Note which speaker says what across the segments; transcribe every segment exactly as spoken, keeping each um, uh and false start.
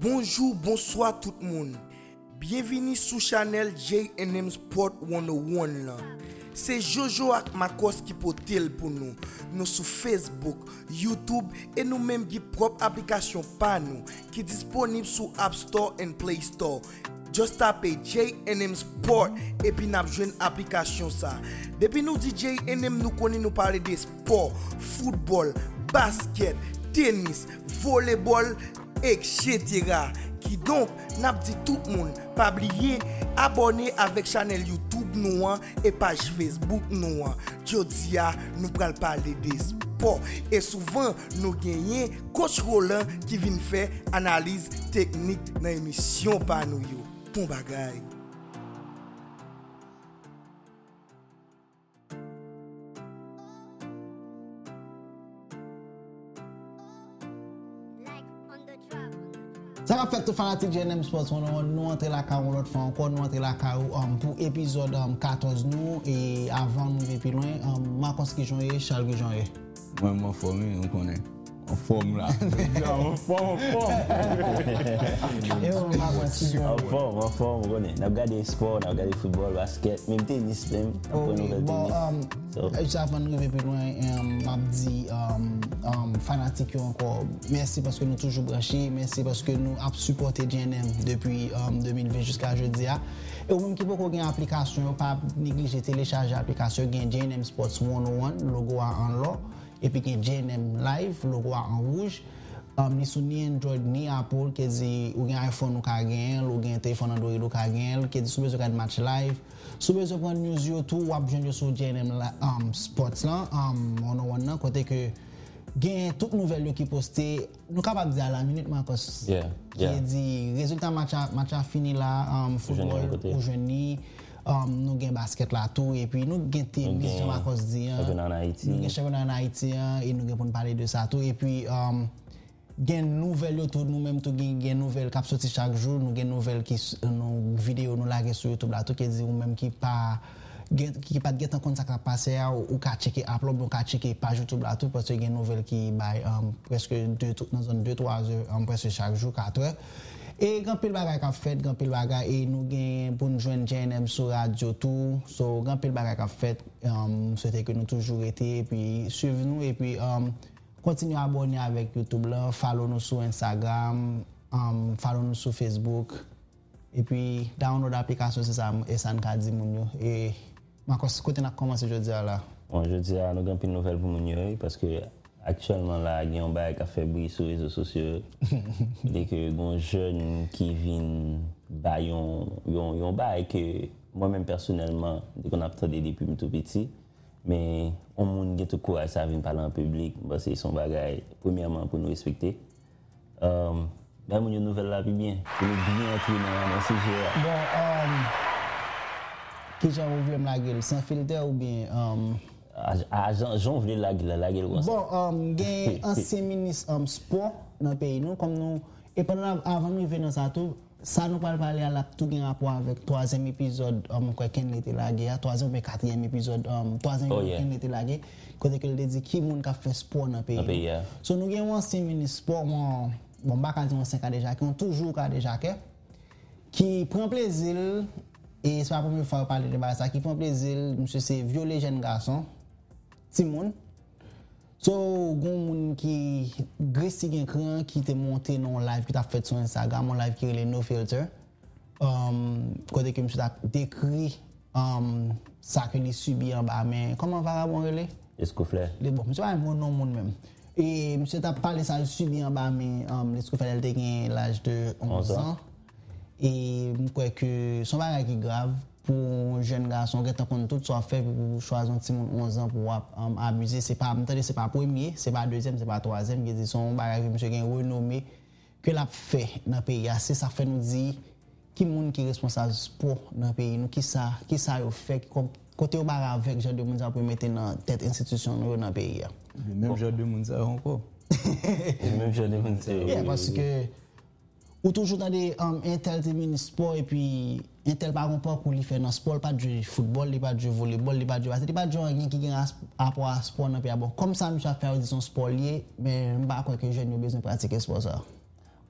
Speaker 1: Bonjour, bonsoir tout le monde. Bienvenue sur channel J N M Sport cent un là. C'est Jojo ak Marcos qui potel pour nous. Nous sur Facebook, YouTube et nous même qui propre application par nous qui est disponible sur App Store et Play Store. Just tapez J N M Sport et puis n'a besoin application ça. Depuis nous dit J N M nous connaît nous parler de sport, football, basket, tennis, volleyball, et cetera. Qui donc n'a dit tout le monde pas oublier abonner avec chaîne YouTube nous et page Facebook nous. Jodia nous pral parler de sport et souvent nous gagnons coach Roland qui vient faire analyse technique dans l'émission par nous yo. Bon bagay.
Speaker 2: Ça va faire tout fanatique J N M Sports, nous entrer la carrière l'autre fois encore, nous entrer la carrière um, pour épisode um, quatorze nous et avant nous aller plus loin, um, Marcos qui joue Charles qui joue.
Speaker 3: Moi mon forme, on connaît. En forme là. En forme, en forme.
Speaker 2: Et on va voir si
Speaker 4: en forme, en forme, on connaît. On a regardé sport, on a regardé football, basket, même tennis même.
Speaker 2: Bon, juste avant de nous aller plus loin, m'a dit fanatique encore. Merci parce que nous toujours branchés, merci parce que nous avons supporté J N M depuis um, deux mille vingt jusqu'à jeudi. Et même qui peut avoir une application, pas négliger télécharger l'application, J N M Sports cent un, logo en l'or. Et puis qu'il y a J N M Live, logo en rouge. Um, ni sous ni Android ni Apple, qui dit ou un iPhone ou ka gen, ou un téléphone Android ou ka gen, qui dit sous besoin de match live. Sous besoin de news YouTube, ou abjoindre sur J N M um, Sports là, um, on a un côté que gain toute nouvelle qui posté, nous capable dire à la minute Marcos.
Speaker 4: Yeah. Yeah.
Speaker 2: Qui dit résultat match a, match a fini là, um, football ou jeune. Um, nous avons basket là tout et puis nous avons tennis Jean Marcos dit
Speaker 4: championnat en Haïti
Speaker 2: nous avons championnat en Haïti et nous avons parler de ça tout et puis um, gain nouvelle autour nous même tout gain nouvelle qui sorti chaque jour nous gain nouvelle qui nos vidéos nous laguer sur YouTube là tout qui dit ou même qui pas qui pas de en compte ça qui passer ou ka checker upload ou ka checker page YouTube là tout parce que gain nouvelle qui by um, presque deux dans zone deux trois heures um, presque chaque jour quatre heures. Et grand pile bagay qu'a fait, grand pile bagay et nous gain pour nous joindre J N M sur radio tout. So grand pile bagay qu'a fait, um, souhaiter que nous toujours été et puis suivre nous et puis um, continuer à abonner avec YouTube là, follow nous sur Instagram, um, follow nous sur Facebook et puis download l'application c'est ça et ça nous a dit moun yo et Marcos côté n'a commencé jeudi là.
Speaker 4: Bon jeudi là nous grand pile nouvelle pour moun yo parce que actuellement là il y a un bail qui a fait bruit sur les réseaux sociaux dès que un jeune qui vient bail yon yon bail que moi-même personnellement dès qu'on a entendu depuis tout petit mais on monde qui tout courage ça vient parler en public parce que son bagage premièrement pour nous respecter euh ben mon nouvelle là puis bien pour nous bien entrer dans le sujet
Speaker 2: bon um, qui j'ai ouvert la gueule sans filtre ou bien um,
Speaker 4: Ah, Jean voulait la gueule, la gueule comme ça.
Speaker 2: Bon, um, gen ancien ministre um, sport dans le pays nous comme nous et pendant avant nous venir dans ça tout ça nous parle parler à la tout gain rapport avec troisième épisode um quoi Ken était la guerre troisième et quatrième épisode um troisième
Speaker 4: oh, yeah.
Speaker 2: Ken était la guerre côté que il dit qui monde qui fait sport dans le pays.
Speaker 4: pays yeah.
Speaker 2: So nous gain ancien ministre sport bon bon pas dire ancien cas déjà qui ont toujours cas déjà qui prend plaisir et c'est pas la première fois parler de ça qui prend plaisir monsieur c'est violer jeune garçon Simon. So, gon moun qui gressi gen cran qui te monté non live qui t'a fait sur Instagram, mon live qui est No Filter. Um, côté que monsieur t'a décrit um ça que il subit en bas mais comment vagabond relé?
Speaker 4: Escofler.
Speaker 2: Les bon, monsieur pas un bon nom monde même. Et monsieur t'a parlé ça subit en bas mais um l'escofler elle te gen l'âge de onze ans. Et je crois que son bagage qui grave pour un jeune garçon qui est en tout soit fait pour choisir un petit monde onze ans pour um, abuser c'est pas c'est pas premier c'est pas deuxième c'est pas troisième qui dit son bagage monsieur gain renommé que l'a fait dans le pays c'est ça fait nous dire qui monde qui responsable sport dans le pays nous qui ça qui ça yo fait côté au bar avec genre de monde pour mettre dans tête institution dans le pays
Speaker 3: même genre de monde ça encore
Speaker 4: même genre de monde
Speaker 2: yeah, parce que ou toujours dans des um, intel termine sport et puis intel par rapport pour lui faire dans sport pas du football il pas du volleyball il pas du basket il pas du rien qui gagne rapport à sport dans pays bon comme ça monsieur faire disons sport lié mais pas quoi que jeune besoin pratiquer sport ça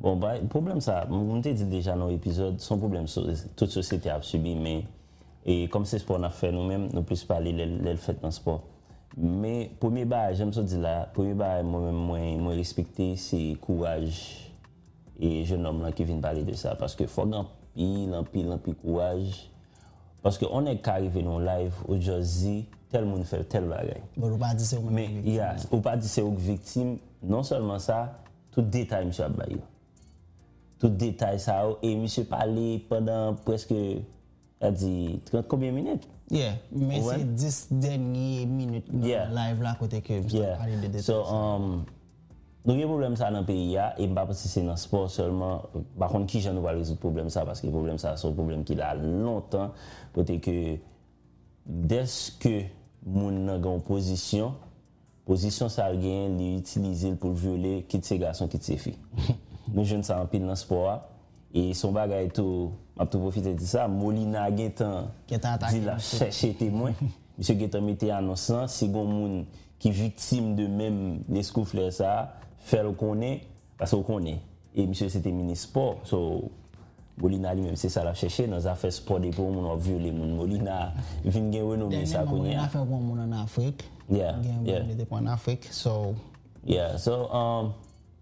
Speaker 4: Bon, bah, le problème, ça, on t'a dit déjà dans l'épisode, son problème, toute société a subi, mais et comme c'est sport, on a fait nous-mêmes, nous plus parler le fait dans le sport. Mais, premier bail, j'aime ça dire là, premier bail, moi-même, moi, moi respecter, c'est courage et jeune homme là qui vient parler de ça. Parce que faut un pile, un pile, un pile courage. Parce qu'on est qu'arrivé dans le live, aujourd'hui, tel monde fait tel bagage.
Speaker 2: Bon, on pas dire c'est une
Speaker 4: mais il y a, on pas dire c'est une victime, non seulement ça, tout détail, monsieur Abaye. Tout détail ça, et monsieur parlait pendant presque, a dit, trente combien de minutes?
Speaker 2: Yeah, mais
Speaker 4: ouais.
Speaker 2: c'est dix dernières minutes dans
Speaker 4: yeah.
Speaker 2: le live là, côté que monsieur
Speaker 4: yeah.
Speaker 2: parlait de détails.
Speaker 4: So, um, nous avons un problème ça dans le pays, et pas parce que c'est dans le sport seulement. Par contre, qui j'en vais résoudre le problème ça, parce que le problème ça, c'est un problème qui a longtemps, côté que dès que moun nan gen position, position ça a gagné, l'utiliser pour violer quitte ses garçons, quitte ses filles. Nous jeunes ça en pile dans le sport et son bagage tout, m'a tout profiter de ça. Molina a gagné dit la chercher témoin. Monsieur Getan mettait annonce si gon moun qui victime de même l'escoufler ça, faire le connaît parce qu'on connaît. Et monsieur c'était ministre sport. So, Molina lui-même, c'est ça la chercher dans les affaires sport des pour moun violer moun. Molina vient gagner renommé ça connaît.
Speaker 2: Molina fait pour moun en Afrique.
Speaker 4: Yeah.
Speaker 2: Yeah. Il était en Afrique. So
Speaker 4: yeah, so um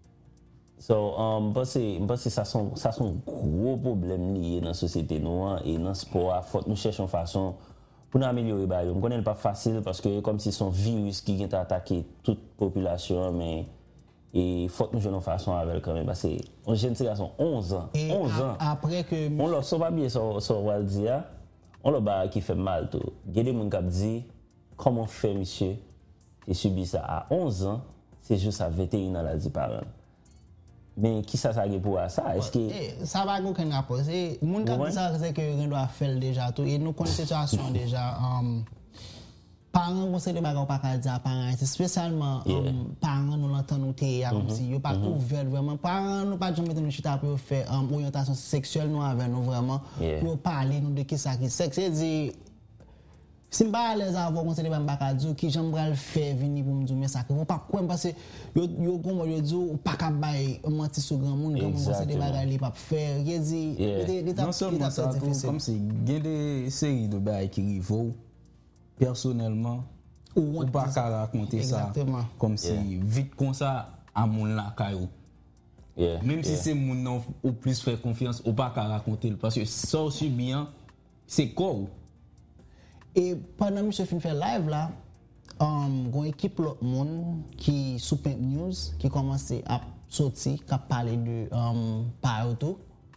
Speaker 4: so um parce que parce que ça sont ça sont gros problèmes liés dans la société noire et dans le sport, faut nous chercher une façon pour nous améliorer ba yo. On connaît pas facile parce que comme si son virus qui vient attaquer toute population mais et faut nous jouer une façon avec quand même parce que on jeune garçon onze ans
Speaker 2: et
Speaker 4: onze ans
Speaker 2: après que
Speaker 4: on leur so pas bien so so va dire on le ba qui fait mal tout il y a des gens qui dit comment fait monsieur qui subit ça à onze ans c'est juste à vingt et un ans la dit parent mais qui ça ça pour ça est-ce que
Speaker 2: eh, ça va aucun rapport c'est moun qui dit ça c'est que on doit faire déjà tout et nous connaissons situation déjà um, parents conseil de bagarre pas dire parents spécialement yeah. um, parents nous l'entendons nous té comme mm-hmm. si yo pas mm-hmm. ouvert vraiment parents nous pas jamais nous chita pour faire um, orientation sexuelle nous avec nous vraiment yeah. pour parler nous de qui ça qui sexe c'est dire si je pas à l'aise avant conseil de bagarre dire qui j'aimerais le faire venir pour me dire mais ça que pas quoi parce que yo yo comme yo dit pas ka bail mentir sur grand monde comme conseil de bagarre il pas faire il dit
Speaker 3: non seulement ça comme si il y a des séries de bail qui rivaux personnellement ou pas qu'à raconter
Speaker 2: exactement.
Speaker 3: Ça comme si yeah. vite comme ça à mon la caillou
Speaker 4: yeah.
Speaker 3: même yeah. si c'est mon non ou plus faire confiance ou pas qu'à raconter parce que ça aussi bien c'est quoi
Speaker 2: et pendant monsieur fin fait live là um gon équipe l'autre monde qui Super News qui commençait à sortir qui parler de um Payoto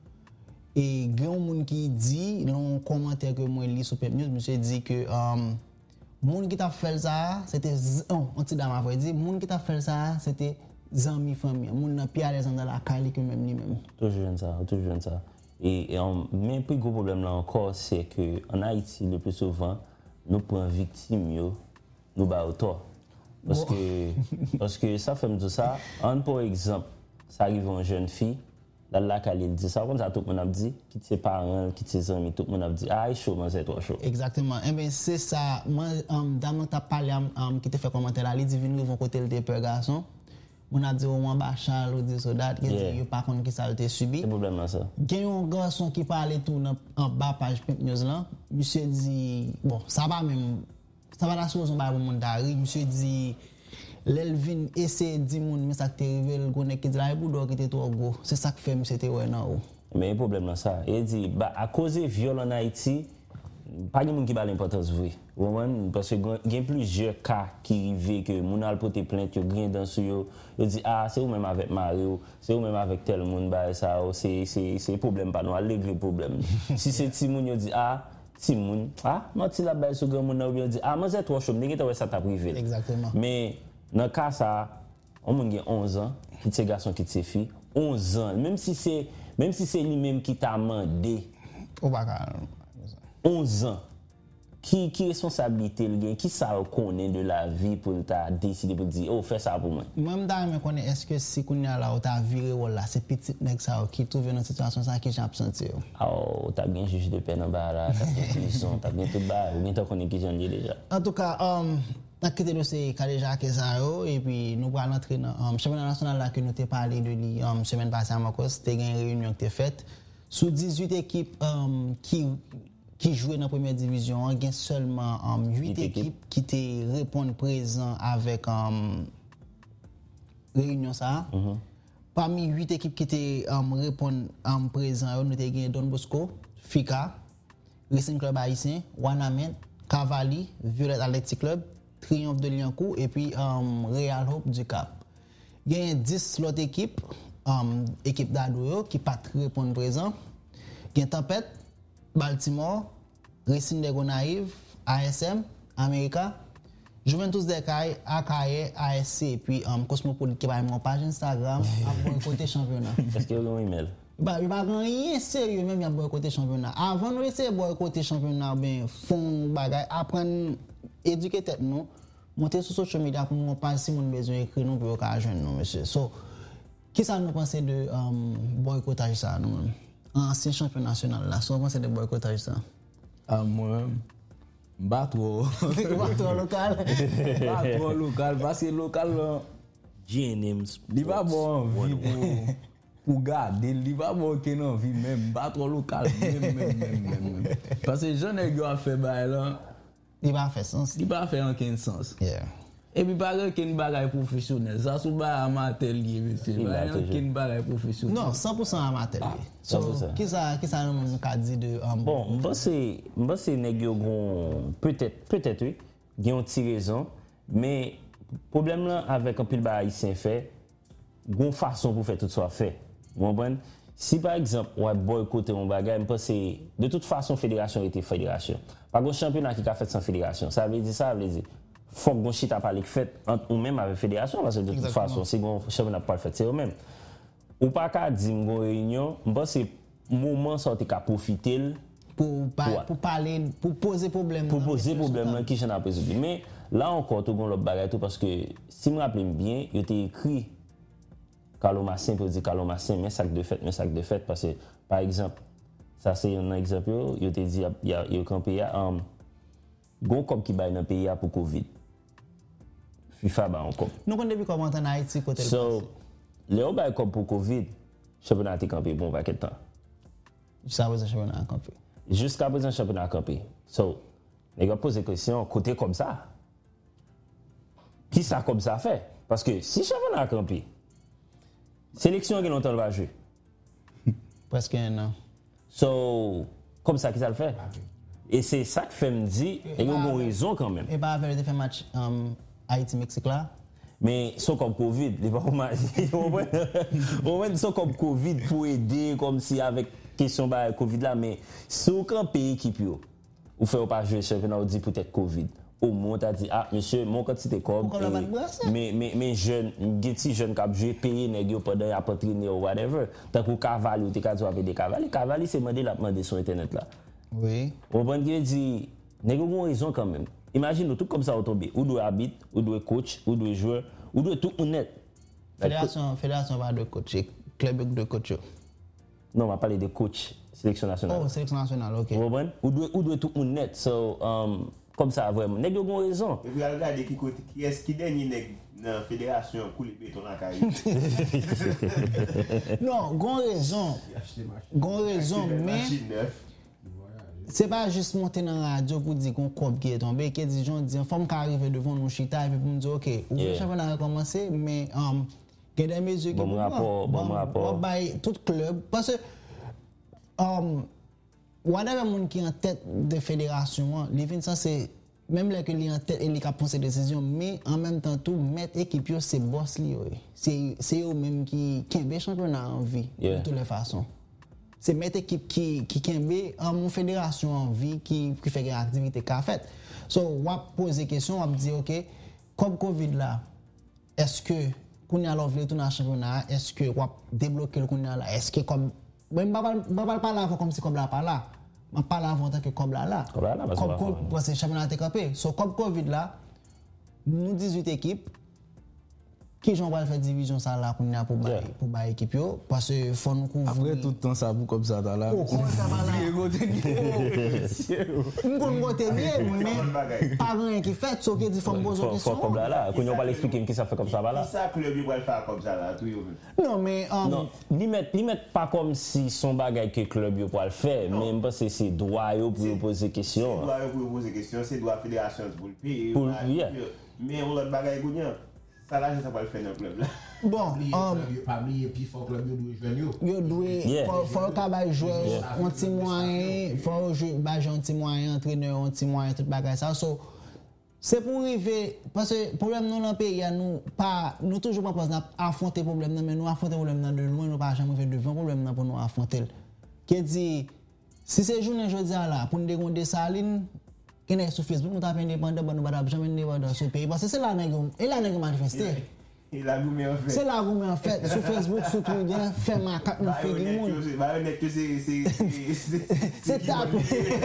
Speaker 2: et grand monde qui dit dans commentaire que moi lis Super News monsieur dit que um moun qui t'a fait ça c'était on on dit dame avait dit moun qui t'a fait ça c'était amis famille moun n'a pas à l'aise dans la caille que même lui même
Speaker 4: toujours ça toujours ça et, et on, mais plus gros problème là encore c'est que en Haïti le plus souvent nous prenons victime yo nous ba auto parce bon. que parce que ça fait tout ça un par exemple ça arrive une jeune fille dans la caille dit ça comme ça tout le monde a dit qui ses parents qui ses amis tout le monde a dit ah chaud moi c'est toi chaud
Speaker 2: exactement et ben c'est ça moi um, dame t'a parlé um, qui te fait commentaire là il dit venir vont côté le peur garçon on a dit au moins bachal ou dit soldat qui dit yo pas contre qui ça a été subi
Speaker 4: c'est problème là ça
Speaker 2: gagne un garçon qui parlait tout en bas page Pimp News là monsieur dit bon ça va même ça va la chose on va pour monde d'arrive monsieur dit l'Elvin essaie dit moun mais ça t'est révèle connaît qui dit là boudou qui était trop gros c'est ça qui fait monsieur était ouais non
Speaker 4: mais le problème là ça il dit bah à cause viol en Haïti pas de monde qui ba l'importance vrai parce que il y a plusieurs cas qui arrivent que moun a porté plainte yo grain dans sur yo yo dit ah c'est ou même avec Mario c'est ou même avec tel monde ba ça c'est c'est c'est problème pas nous régler problème si c'est ti moun yo dit ah ti moun ah moi ti la ba sur grand moun ou bien dit ah moi c'est trop chaud m'gé toi ça t'a privé
Speaker 2: exactement
Speaker 4: mais dans cas ça on moun gen onze ans qui c'est garçon qui c'est fille onze ans même si c'est même si c'est lui même qui t'a mandé
Speaker 2: ou pas
Speaker 4: onze ans qui qui responsabilité le gain qui ça connaît de la vie pour t'a décider pour dire oh fais ça pour moi
Speaker 2: même dans me connaît est-ce que si qu'on là ou t'a viré ou là c'est petit nèg ça qui trouve dans situation ça qui j'ai absenti
Speaker 4: oh t'as bien juge de peine en bas là t'as bien prison t'as bien tout bas ou bien t'as connaît qui j'en dis déjà
Speaker 2: en tout cas um Tant que tu c'est déjà Kesaro et puis nous allons entrer dans le championnat national là que nous t'ai parlé de lui um, semaine passée à Marcos, c'était une réunion qui était faite sous dix-huit équipes um, qui qui jouaient dans la première division, il y a seulement um, huit équipes qui te répondent présent avec um, réunion ça. Mm-hmm. Parmi huit équipes qui te um, répondent um, présent, nous avons Don Bosco, Fika, Racing Club Haïtien, Wanamet, Cavalli, Violet Athletic Club, Triomphe de Liancourt et puis um, Real Hope du Cap. Il y a dix autres équipes, um, équipe d'Adoyo qui pas répondre présent. Il y a Tempête, Baltimore, Racing de Gonaïve, A S M, America, Juventus de Caille, A K E, A S C et puis um, Cosmopolite qui va mon page Instagram à boycotter championnat.
Speaker 4: Est-ce que vous avez un email?
Speaker 2: Bah, il va rien sérieux même à boycotter championnat. Avant nous essayer boycotter championnat ben font bagay apprendre éduquer tête nous monter sur social media pour nous pas si mon besoin écrire nous pour ka joindre nous monsieur. So qui ça nous penser de um, boycottage ça nous même ancien champion national là, so penser de boycottage ça.
Speaker 3: Ah moi pas trop
Speaker 2: pas trop local.
Speaker 3: Pas trop local parce que local
Speaker 4: J N M
Speaker 3: il va bon vie pour pour garder, il va bon qu'il n'a envie même, pas trop local, même, même, même, même, même. Parce que je n'ai pas fait ça là.
Speaker 2: Il va faire sens.
Speaker 3: Il va faire aucun sens.
Speaker 2: Yeah.
Speaker 3: Et puis pas aucun bagage professionnel, ça c'est pas amateur lié monsieur. Pas aucun bagage professionnel.
Speaker 2: Non, cent pour cent amateur.
Speaker 3: Ah,
Speaker 2: so, qui ça qui ça nous a dit de um,
Speaker 4: bon, moi c'est moi c'est nèg yo gon peut-être peut-être oui, gen une petite raison, mais problème là avec un pile ba haïtien fait, gon façon pour faire tout ça fait. Vous comprenez? Si par exemple, on a boycotté un bagage, je pense que de toute façon, fédération était fédération. Pas un championnat qui a fait sans fédération. Ça veut dire ça, ça veut dire faut que chita pas les fait ou même avec fédération parce que de toute Exactement. façon, si un championnat pas fait, c'est eux même. Ou pas qu'à dire une réunion, je pense que c'est moment ça tu profiter
Speaker 2: pour pour, pour parler pour poser problème.
Speaker 4: Pour poser problème là qui j'en ai posé. Mais là encore tout le bagage tout parce que si me rappelle bien, il était écrit Carlo Massin peut dire Carlo Massin mais sac de fête mais sac de fête parce que par exemple ça c'est un exemple il te dit il y a il y a un pays um gon comme qui bail dans pays pour Covid FIFA ba encore
Speaker 2: nous connait depuis comment en Haïti côté
Speaker 4: so les bail comme pour Covid championnat est campé bon paquet de temps
Speaker 2: jusqu'à présent championnat campé
Speaker 4: jusqu'à présent championnat campé so les gars posent question côté comme ça qui ça comme ça fait parce que si championnat campé sélection qui longtemps va jouer.
Speaker 2: Presque un an.
Speaker 4: So, comme ça, qui ça le fait? Et c'est ça que fait me dire, il y a une raison quand même.
Speaker 2: Et pas avec le fait match um, Haïti-Mexique là?
Speaker 4: Mais sont comme Covid, les pas au moins sont comme Covid pour aider, comme si avec question de Covid là, mais si aucun pays qui peut, ou fait pas jouer championnat, on dit peut-être Covid. Au moins, tu as dit, ah, monsieur, mon quantité comme. Mais, mais, mais jeunes, des jeunes qui ont joué, payé, négio pendant à entraîner ou whatever. Tant que Cavalli, ou tu as dit, des Cavalli. Cavalli, c'est demandé la demande sur Internet là.
Speaker 2: Oui.
Speaker 4: On prend qui dit, négio ont raison quand même. Imagine, tout comme ça, on tombe. Ou doit habiter, ou doit coach, ou doit joueur, ou doit tout honnête.
Speaker 2: Fédération, fédération va de coach, club de coach.
Speaker 4: Non, on va parler de coach, sélection nationale.
Speaker 2: Oh, sélection nationale, ok.
Speaker 4: On prend ou doit, ou doit tout honnête. So, um, comme ça vraiment nèg yo gon raison
Speaker 5: et puis regarder qui côté qui est-ce qui dernier nèg dans fédération couler béton dans caille
Speaker 2: non gon raison gon raison mais c'est pas juste monter dans la radio pour dire qu'on cob qui est tombé qui dit gens dit femme qui arrive devant nous chita et puis pour nous dire OK le championnat a commencé mais um il y a des mesures qui
Speaker 4: bon rapport bon rapport
Speaker 2: tout club parce que um whatever monde qui est en tête de fédération, les ça c'est même là que li en tête et li ka prendre ses décisions mais en même temps tout mettre équipe yo c'est boss li c'est c'est eux même qui kembe championnat en vie yeah. de toutes les façons. C'est mettre équipe qui qui kembe en mon fédération en vie qui qui fait une activité qu'a fait. So on va poser question, on va dire OK, comme Covid là, est-ce que qu'on a l'envie de championnat, est-ce que on va débloquer le qu'on a là, est-ce que comme même pas pas là comme si comme là pas là on parle avant tant que comme là là comme parce que championnat est campé so comme Covid là nous dix-huit équipes qui j'en va faire division ça là pour pour bailler pour bailler équipe yo parce que faut nous couvrir
Speaker 3: après tout le temps ça vous comme ça dans là
Speaker 2: oh comment ça va là on connait côté bien mais pas rien qui fait sauf que dit faut me poser question
Speaker 4: comme là là qu'on pas l'expliquer qui ça fait comme ça va là
Speaker 5: ça club il va faire comme ça là tout
Speaker 2: non mais
Speaker 4: non ni mettre ni mettre pas comme si son bagage que club yo pour le faire mais parce que c'est droit yo pour poser question
Speaker 5: droit yo pour poser question c'est droit fédération pour le payer mais on l'autre bagage gagnant ça là ça va le faire dans le club là
Speaker 2: bon
Speaker 6: pas oublier puis faut club yo doit jouer yo
Speaker 2: yo doit faut faut ka jouer un petit moyen faut jouer ba un petit moyen entraîneur un petit moyen tout bagage ça so c'est pour arriver parce que problème non dans pays nous pas nous toujours pas penser affronter problème mais nous affronter problème de loin nous pas jamais faire devant problème pour nous affronter qui dit si c'est journée jodi là pour nous dégonner saline qui est sur Facebook nous t'a indépendant bon nous pas jamais indépendant sur pays parce que c'est là nèg et là nèg manifester
Speaker 5: et la goumé en fait
Speaker 2: c'est la goumé en fait sur Facebook sur Twitter fait ma carte nous fait du monde
Speaker 5: bah honnête que c'est c'est
Speaker 2: c'est tapé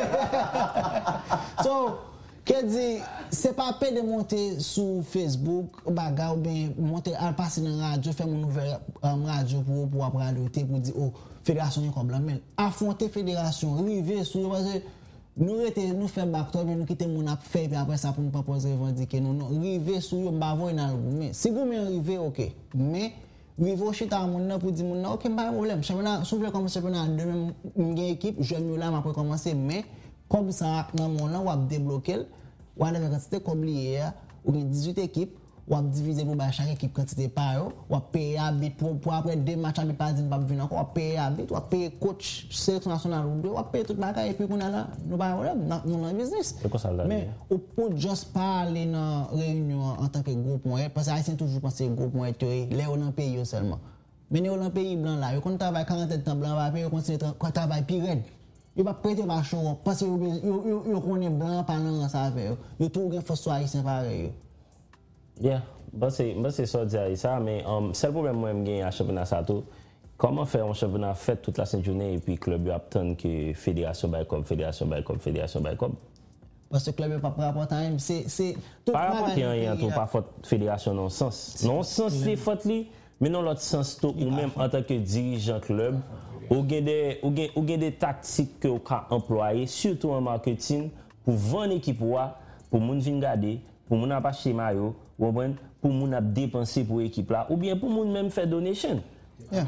Speaker 2: so qui dit c'est pas peine de monter sur Facebook bagarre ou bien monter à passer dans la radio faire mon nouvelle radio pour pour après arrêter pour dire oh fédération comme là mais affronter fédération arriver sur parce que nous était nous faire backdoor mais nous quitter mon a fait puis après ça pour nous pas poser revendiquer nous non arriver sur yo ba voyer dans mais si vous me arriver OK mais rive chita mon pour dire mon OK pas problème championnat souffle comme championnat demain une équipe jeune là m'a commencer mais comme ça dans mon là on va débloquer ou à la quantité comme hier ou dix-huit équipes ou à diviser pour chaque équipe quantité par ou à payer habit pour pour après deux matchs habit pas dire pas venir encore ou payer habit ou payer coach sélection nationale ou payer tout bagage et puis qu'on a là nous pas problème nous dans business mais ou pour juste parler dans réunion en tant que groupe moyen parce que haïtien toujours penser groupe moyen les dans pays seulement mais les dans pays blanc là quand travaille quarante temps blanc va payer continuer travail pire il va prêter ma chose parce que il connaît blanc pendant ça faire il tout gain force haïtien pareil.
Speaker 4: Yeah, bah c'est bah c'est ça dire ça mais um, c'est le problème moi me à championnat ça tout. Comment faire un championnat fait toute la sainte journée et puis club attend que fédération bail comme fédération bail comme fédération bail comme
Speaker 2: parce que club pas rapport time c'est c'est
Speaker 4: tout par rapport qu'il y a tout pas faute fédération non sens. Non sens c'est faute li mais non l'autre sens tout ou même en tant que dirigeant club ou gain des ou gain ou gain des tactiques que vous employer surtout en marketing pour vendre équipe pour moun vinn garder pour moun pas acheter maillot ou bien pour moun a dépenser pour équipe là ou bien pour moun même faire donation. Yeah.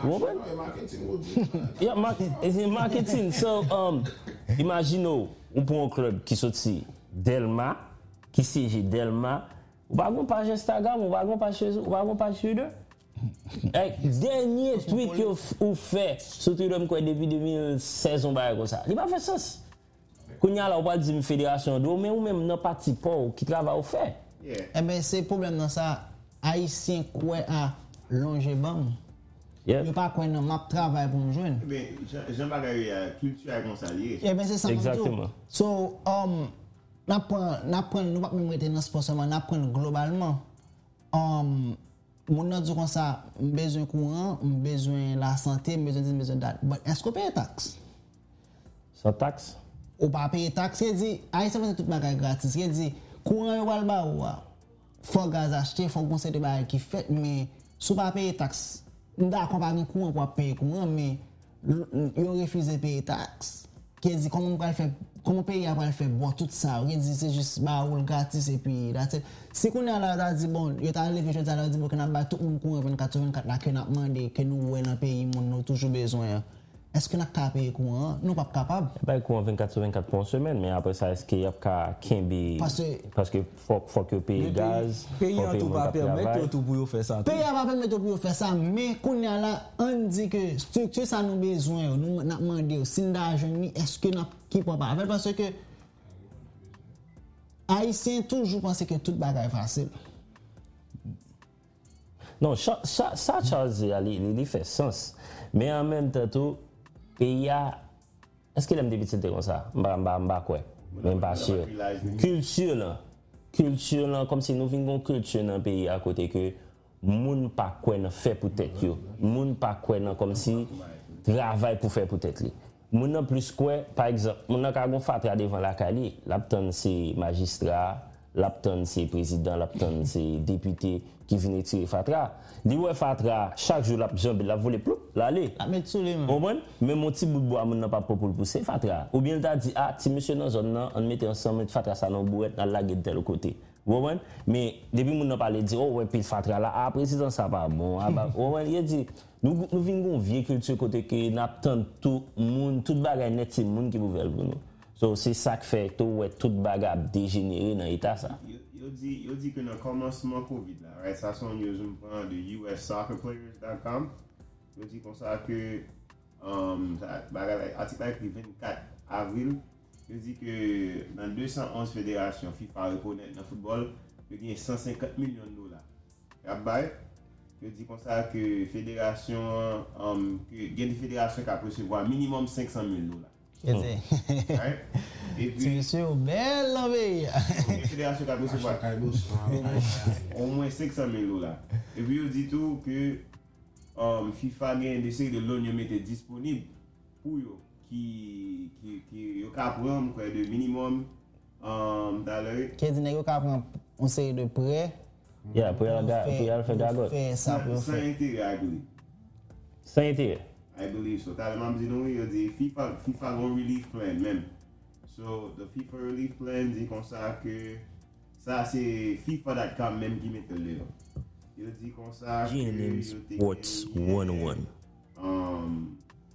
Speaker 4: Yeah, marketing. marketing. So um imagine ou pour un club qui sorti Delma qui siège Delma ou pas une page Instagram ou pas une page Facebook ou pas une page Twitter. Hey, dernier tweet que vous fait sur Twitter depuis deux mille seize on va comme ça. Il pas fait sens. Quand y a là on va dire une fédération d'eau mais ou même non parti pour qui travaille au fait.
Speaker 2: Yeah. Eh ben c'est problème dans ça haïtien quoi à longer bam. Yeah. Il pas quoi dans map travail pour nous joindre.
Speaker 5: Mais Jean Bagaille culture à consalier.
Speaker 2: Eh ben c'est ça.
Speaker 4: Exactement.
Speaker 2: So um n'apprend n'apprend nous pas même rester dans sport seulement n'apprend globalement. Um mon nan dit comme ça besoin courant, besoin la santé, besoin de besoin date. Mais est-ce qu'on paye taxe?
Speaker 4: Sans taxe?
Speaker 2: Ou pas payer taxe, c'est dit haïtien fait tout bagage gratis. C'est dit courant yo va le ba ou faut gaz acheter, faut conseil de bagage qui fait mais sous pas payer taxe. D'accord pas courant pour payer courant mais yo refuse payer taxe. Qui dit comment on va faire comment payer après faire bon tout ça. Il dit c'est juste ba ou gratis et puis là si qu'on a là dit bon, yo t'a levé je t'a dit bon que n'a pas tout monde courant vingt-quatre vingt-quatre là que n'a demandé que nous ouais dans pays mon toujours besoin. Est-ce que nous avons payé courant? Nous ne sommes pas capables.
Speaker 4: Pas de courant vingt-quatre sur vingt-quatre pour une semaine, mais après ça, est-ce qu'il y a qu'un
Speaker 2: Parce que
Speaker 4: parce que faut faut que payer gaz.
Speaker 3: Pays en tout pas permettre tout pour faire ça.
Speaker 2: Pays pas permettre pour faire ça, mais qu'on a là on dit que structure ça nous besoin, nous n'a demandé si d'argent est-ce que nous qui peut pas parce que haïtien toujours pense que tout bagage est facile.
Speaker 4: Non, ça ça ça chose il fait sens. Mais en même temps tout pays a est-ce qu'il aime des petites comme ça mba mba mba quoi même pas sûr culture là culture là comme si nous vinn culture dans pays à côté que moun pas quoi fait pour tête yo moun pas quoi comme si travail pour faire pour tête li moun plus quoi par exemple moun ka gon fatra devant la cali l'aptan c'est magistrat l'apton c'est président, l'apton c'est député qui vient tirer Fatra. Li ouais Fatra, chaque jour la jambe la voler plou, l'aller.
Speaker 2: Ah mais tout les mêmes.
Speaker 4: Comprendre? Mais mon petit bout de bois n'a pas pour le pousser Fatra. Ou bien il t'a dit ah, si monsieur dans zone là, on mettait ensemble Fatra ça dans bourette dans la gueule de l'autre côté. Comprendre? Mais depuis mon n'a parlé dit oh ouais puis Fatra là, ah président ça pas bon. Ah bah, il dit nous nous venons une vieille culture côté que n'attend tout monde, toute bagarre net c'est monde qui ouvert pour nous. So c'est ça qui fait tout ouais toute bagarre dégénéré dans l'état ça.
Speaker 5: Yo dit yo dit que dans commencement Covid là, right, ça son news prend de U S soccer players dot com. Yo dit comme ça que um ça bagarre article écrit vingt-quatre avril, yo dit que dans deux cent onze fédérations FIFA reconnaît dans football, il y a cent cinquante millions de dollars. Y a bail. Yo dit comme ça que fédération um que il y a des fédérations qui recevoir minimum cinq cent mille dollars.
Speaker 2: Right? Et puis, monsieur, belle envie.
Speaker 5: Les fédérations qui recevoir au moins cinq cent mille dollars. Et puis, il dit tout que um, FIFA a des séries de loans qui mettent disponibles pour eux qui qui qui prendre de minimum um, dollars.
Speaker 2: Qui dit qu'ils prendre une série de prêts.
Speaker 4: Yeah, pour aller faire gagote.
Speaker 5: Sans intérêt, I believe.
Speaker 4: Sans intérêt.
Speaker 5: I believe so. T'as le même dit non, il dit FIFA FIFA a un relief plan même. So the FIFA relief plan dit comme ça que ça c'est FIFA dot com même qui met le là. Il dit comme ça que
Speaker 4: J N M Sports cent un.
Speaker 5: Um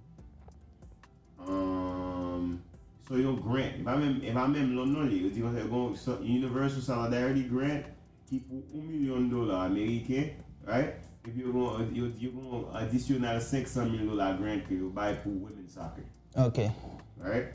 Speaker 5: um so yo grant, il va même il va même non non il dit comme ça bon Universal Solidarity Grant qui pour un million de dollars américains, right? Et puis, ils vont additional cinq cent mille dollars grant que vous buy pour women's soccer.
Speaker 2: Ok.
Speaker 5: Right?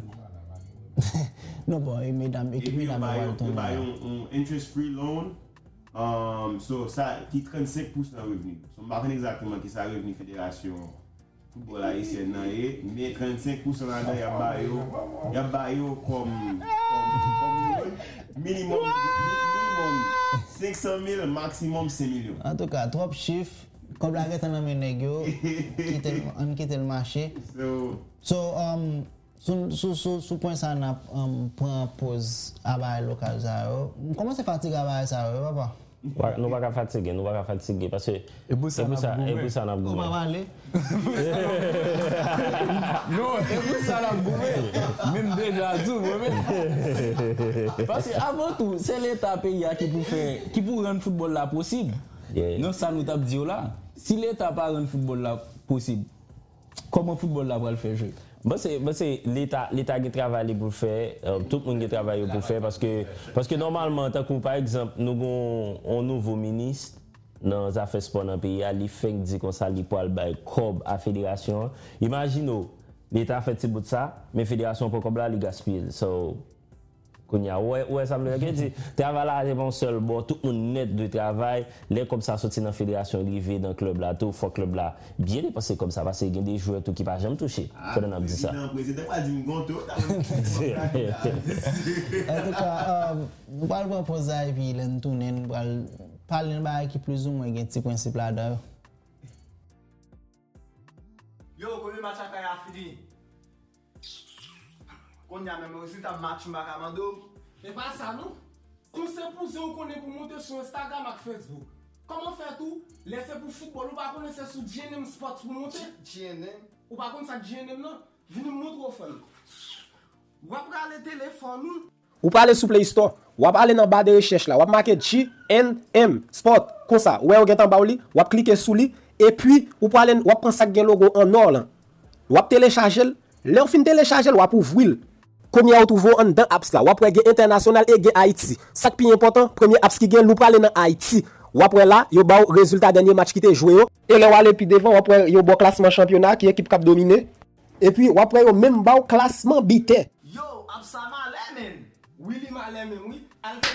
Speaker 2: Non, bon, mesdames,
Speaker 5: et puis, vous buy un interest-free loan. Um, so, ça, qui trente-cinq pour cent de revenu. So, je ne sais pas exactement qui ça revenu fédération football haïtienne, mais trente-cinq pour cent là-dedans, il y a bail comme minimum. cinq cent mille, maximum cinq millions.
Speaker 2: En tout cas, trois chiffres, comme la guette en amène, on quitte le marché.
Speaker 5: So,
Speaker 2: so um, sous sous sous point ça, on a um, prend pause à bail local ça. Comment c'est fatigué à bail ça, papa?
Speaker 4: Nous pas fatiguer, nous pas fatiguer parce que
Speaker 3: et pour ça,
Speaker 4: et pour ça on a
Speaker 2: On va aller.
Speaker 3: Non, et pour ça on a goûté. Même déjà tout, parce que avant tout, c'est l'État pays qui pour faire qui pour rendre football là possible.
Speaker 4: Yeah.
Speaker 3: Non, ça nous t'a dit là. Si l'État pas rendre football là possible, comment football là va le faire jouer?
Speaker 4: Bah c'est bah c'est l'état l'état qui travaille pour faire euh, tout le monde qui travaille pour faire parce que parce que normalement tant que par exemple nous avons un nouveau ministre dans les affaires sport dans le pays il fait dit comme ça il pour aller cob à fédération imaginez l'état fait petit bout de ça mais fédération pour comme là il gaspille so qu'on y a ouais ouais ça me dit travail là c'est bon seul bon tout le monde net de travail les comme ça sorti dans fédération arrivé dans club là tout faut club là bien dépensé comme ça parce qu'il y a des joueurs tout qui pas jamais touché faut on a dit ça
Speaker 5: non président pas dit gonto
Speaker 2: En tout cas nous parlons pour ça et puis l'en tourner nous parler de qui plus ou moins un petit principe là dedans.
Speaker 7: Yo comme match a fini. On y a même résultat match Makamando.
Speaker 8: Mais pas ça non. Conseil pour vous qu'on est pour monter sur Instagram et Facebook. Comment faire tout? Laissez pour football ou pas connaître sur J N M Sports pour monter?
Speaker 7: J N M.
Speaker 8: Ou pas connaître ça J N M non? Venez me montrer au fond. Ou après le téléphone nous.
Speaker 9: Ou pas aller sur Play Store. Ou pas aller dans barre de recherche là. Ou marquer J N M Sport comme ça. Ou vous en bas ou li, ou cliquer sur lui et puis ou pas aller ou prendre ça gain logo en or là. Ou télécharger, là on fin télécharger ou pour ouvrir. Comme y a trouvé en dans apps là, ou après gen international et gen Haïti. Ça qui est important, premier apps qui gen nous parler dans Haïti. Ou après là, yo ba résultat dernier match qui était joué yo. Et là ou aller puis devant, ou après yo bon classement championnat qui équipe cap dominer. Et puis ou après yo même ba classement bité.
Speaker 7: Yo, Absama Lemon.
Speaker 8: Willy Malem oui.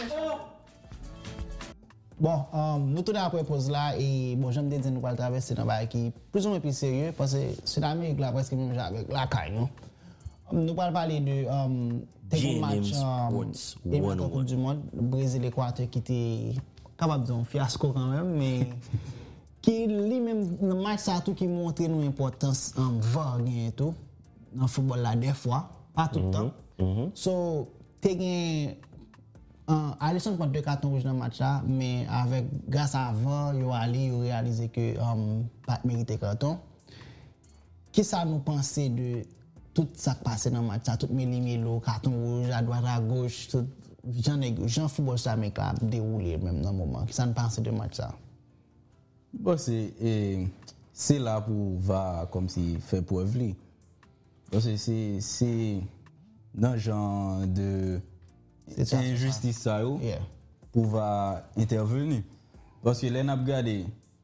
Speaker 2: Bon, um, nous tournons après pause là et bon, j'aime dire nous allons traverser dans bail qui plus ou moins plus sérieux parce que c'est l'Amérique là presque même avec la caille non. Nous allons parler de um, des matchs et la Coupe du Monde, le Brésil Équateur qui était capable de faire un fiasco quand même mais qui lui-même le match ça tout qui montre nous importance en um, vague et tout dans le football là des fois, pas tout le temps.
Speaker 4: Mm-hmm.
Speaker 2: So, t'es gain Uh, Alisson prend deux cartons rouges dans le match là, mais avec grâce à V A R, ils ont allé, ils ont réalisé que um, pas mérité carton. Qui ça nous pensait de tout ça qui passait dans le match, ça, tout méli-mélo, carton rouge à droite à gauche, tout Jean Jean football ça mec a déroulé même dans le moment. Qui ça nous pensait de match ça?
Speaker 3: Bon, c'est eh, c'est là pour va comme si faire preuve li. Parce que c'est c'est dans le genre de injustice ça yo
Speaker 2: Yeah.
Speaker 3: pour va intervenir. Parce que là n'a regardé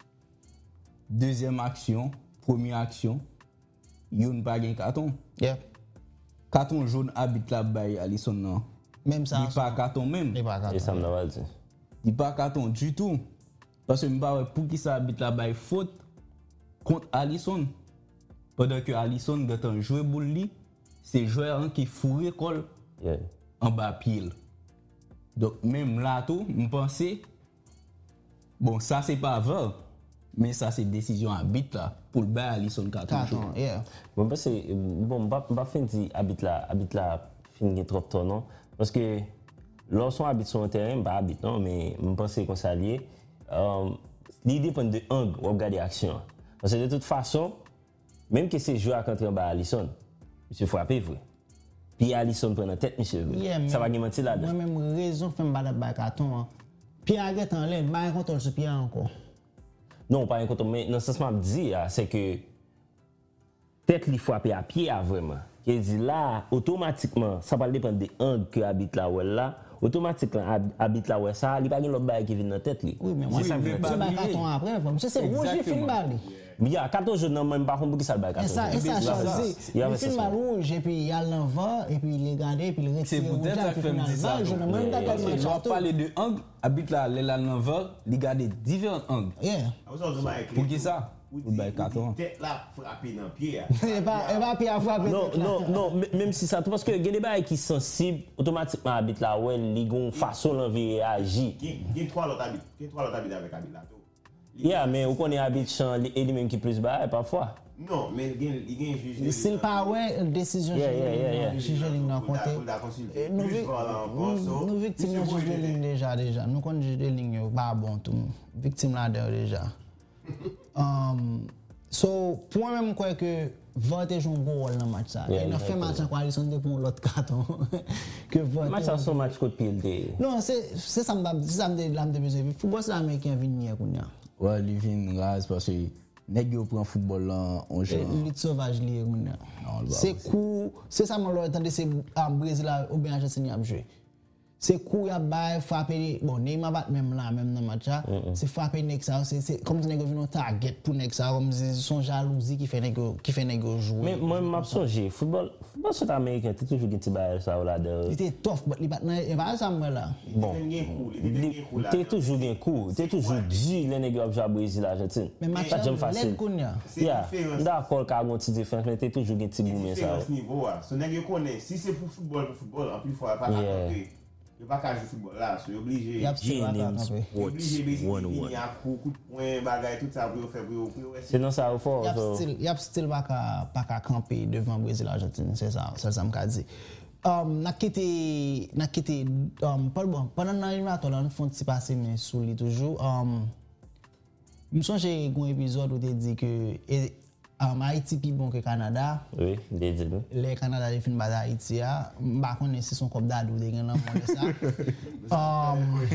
Speaker 3: deuxième action, première action, yon pas gain carton.
Speaker 2: Yeah.
Speaker 3: Carton jaune habite la baille Alisson non.
Speaker 2: Même ça.
Speaker 3: Il pas carton même.
Speaker 2: Il pas
Speaker 4: Et
Speaker 2: carton.
Speaker 4: ça me l'a dit.
Speaker 3: Il pas carton du tout. Parce que m'pa pour qui ça habite la baille faute contre Alisson. Pendant que Alisson gâte jouer boule li, c'est joueur qui fourré col
Speaker 4: Yeah.
Speaker 3: en bas pied. Donc même là tout, me penser bon ça c'est pas vrai, mais ça c'est décision arbitre là pour le bail Alisson carton
Speaker 2: Carton,
Speaker 3: jaune.
Speaker 2: yeah.
Speaker 4: Bon, parce que, bon, pas pas fin di habite là, habite là, fin gen trop de temps, non? Parce que, lorsqu'on habite sur un terrain, pas habite, non, mais je pense qu'on s'allie. Euh, l'idée dépend de l'angle où on regarde l'action. Parce que de toute façon, même que ces joueurs contre en bas Alisson, monsieur frappé, vrai. Puis Alisson prend la tête, monsieur.
Speaker 2: Yeah,
Speaker 4: Ça va
Speaker 2: mais-
Speaker 4: gagner mentir là-dedans.
Speaker 2: Moi-même, raison fait me battre par carton. Hein. Puis à get en l'air, pas un contrôle sur pied encore.
Speaker 4: Non, pas un contre, mais dans ce sens, je dis, c'est que tête li frappé à pied à vraiment. Qui dit là, automatiquement, ça va dépendre des angles que habite la ouelle là. Automatiquement, hab- habite la ouelle ça, il n'y a pas de l'autre bail qui vient dans la tête. Li.
Speaker 2: Oui, mais moi,
Speaker 4: c'est ça que je veux
Speaker 2: c'est
Speaker 4: dire.
Speaker 2: pas carton après. Monsieur, c'est rouge, il filme balle.
Speaker 4: Mais il y a quatorze jours, non, même par contre, pour qui ça le bail
Speaker 2: Et
Speaker 4: quatorze
Speaker 2: ça, et ça,
Speaker 4: jours.
Speaker 2: choisi.
Speaker 4: Il y a
Speaker 2: Il
Speaker 4: un
Speaker 2: filme
Speaker 4: ça.
Speaker 2: balle rouge, et puis il y a l'envoi, et puis il est gardé, et puis il retire.
Speaker 3: C'est peut-être ça que fait me dire ça.
Speaker 2: Je ne même pas
Speaker 3: Parce que
Speaker 2: tellement
Speaker 3: l'on parle de angle, habite là, les là dans va, il garde différents angles.
Speaker 2: Yeah.
Speaker 3: Pour qui ça? Pour le bail carton.
Speaker 5: Tête là frappée dans le pied.
Speaker 2: Et pas, et pas puis à frapper.
Speaker 4: Non, non, non, m- même si ça, parce que il y a des bails qui sont sensibles, automatiquement, habite la ouelle, ils ont une façon d'envie réagir.
Speaker 5: Il y a trois autres habits. Il y a trois autres habits avec habit là. tout.
Speaker 4: Yeah, mais on connaît habite champ, et lui-même qui plus bas, parfois.
Speaker 5: Non, mais il y a il y a un juge.
Speaker 2: S'il pas ouais, une décision
Speaker 4: Yeah, yeah, yeah, yeah.
Speaker 2: juge de ligne dans
Speaker 5: Pour la-
Speaker 2: compté.
Speaker 5: pour la consulter.
Speaker 2: Et Nous
Speaker 5: Plus
Speaker 2: vi-
Speaker 5: voilà encore,
Speaker 2: nous-
Speaker 5: so,
Speaker 2: nous victimes
Speaker 5: monsieur
Speaker 2: de juge de
Speaker 5: Boyer,
Speaker 2: ligne déjà déjà. Nous connaissons juge de ligne yo, pas bon tout. Victime là dedans déjà. Um, so pour moi même quoi que vote joue un gros rôle dans le match ça.
Speaker 4: Yeah,
Speaker 2: Et dans fait
Speaker 4: exactement.
Speaker 2: match en coalition de pour l'autre carton que vote.
Speaker 4: Match à son match contre pile.
Speaker 2: Non, c'est c'est ça me c'est ça me là me besoin. Football c'est américain venir kounya.
Speaker 3: Ouais, il vient rase parce que nèg yo prend football là on joue.
Speaker 2: Lutte sauvage lié kounya.
Speaker 3: Non,
Speaker 2: C'est coup, c'est ça mon entendre c'est en Brésil là, ou bien Argentine a joué. C'est coup ya bail frapper bon Neymar bat même là même dans match là, c'est frapper nèg ça c'est c'est comme si nèg vient target pour nèg ça comme si son jalousie qui fait nèg qui fait nèg jouer.
Speaker 4: Mais moi, je me songe, football, football sud américain, tu toujours un petit bail ça ou là-dedans.
Speaker 2: Il était tough, mais il bat il pas ça moi là.
Speaker 4: Bon,
Speaker 5: il y a un coup, il y a un coup là.
Speaker 4: tu toujours bien court, tu toujours dur, les nègres qui jouent au Brésil, Argentine.
Speaker 2: Mais match
Speaker 4: Pas jamais
Speaker 2: là,
Speaker 4: facile.
Speaker 2: l'aide kounya.
Speaker 5: C'est
Speaker 4: Yeah,
Speaker 5: différent.
Speaker 4: d'accord, qu'il y a un petit différence, mais tu toujours un petit bout, mais ça.
Speaker 5: Différence niveau là. Ce nèg yo connaît, si c'est pour football pour football, en plus fois pas
Speaker 4: Yeah.
Speaker 5: capter. Il pas qu'à jouer football là, c'est obligé.
Speaker 2: Il y a petit
Speaker 5: Obligé de il y a coup coup de poing bagaille tout ça pour faire pour pour
Speaker 4: C'est dans ça au fort.
Speaker 2: Il y a
Speaker 4: so.
Speaker 2: style, il y a style pas qu'à pas qu'à camper devant Brésil Argentine, c'est ça, c'est ça me qu'a dit. Um, n'a quitté n'a quitté um, pas bon pendant l'animateur là on font petit passer mais sous lui toujours um, me songe un épisode où tu dit que et, um, Haïti plus bon que Canada.
Speaker 4: Oui, des dit.
Speaker 2: Les Canada les fin battre Haïti a, m'pa connait si son cop d'adou de gen nan monde ça. Um,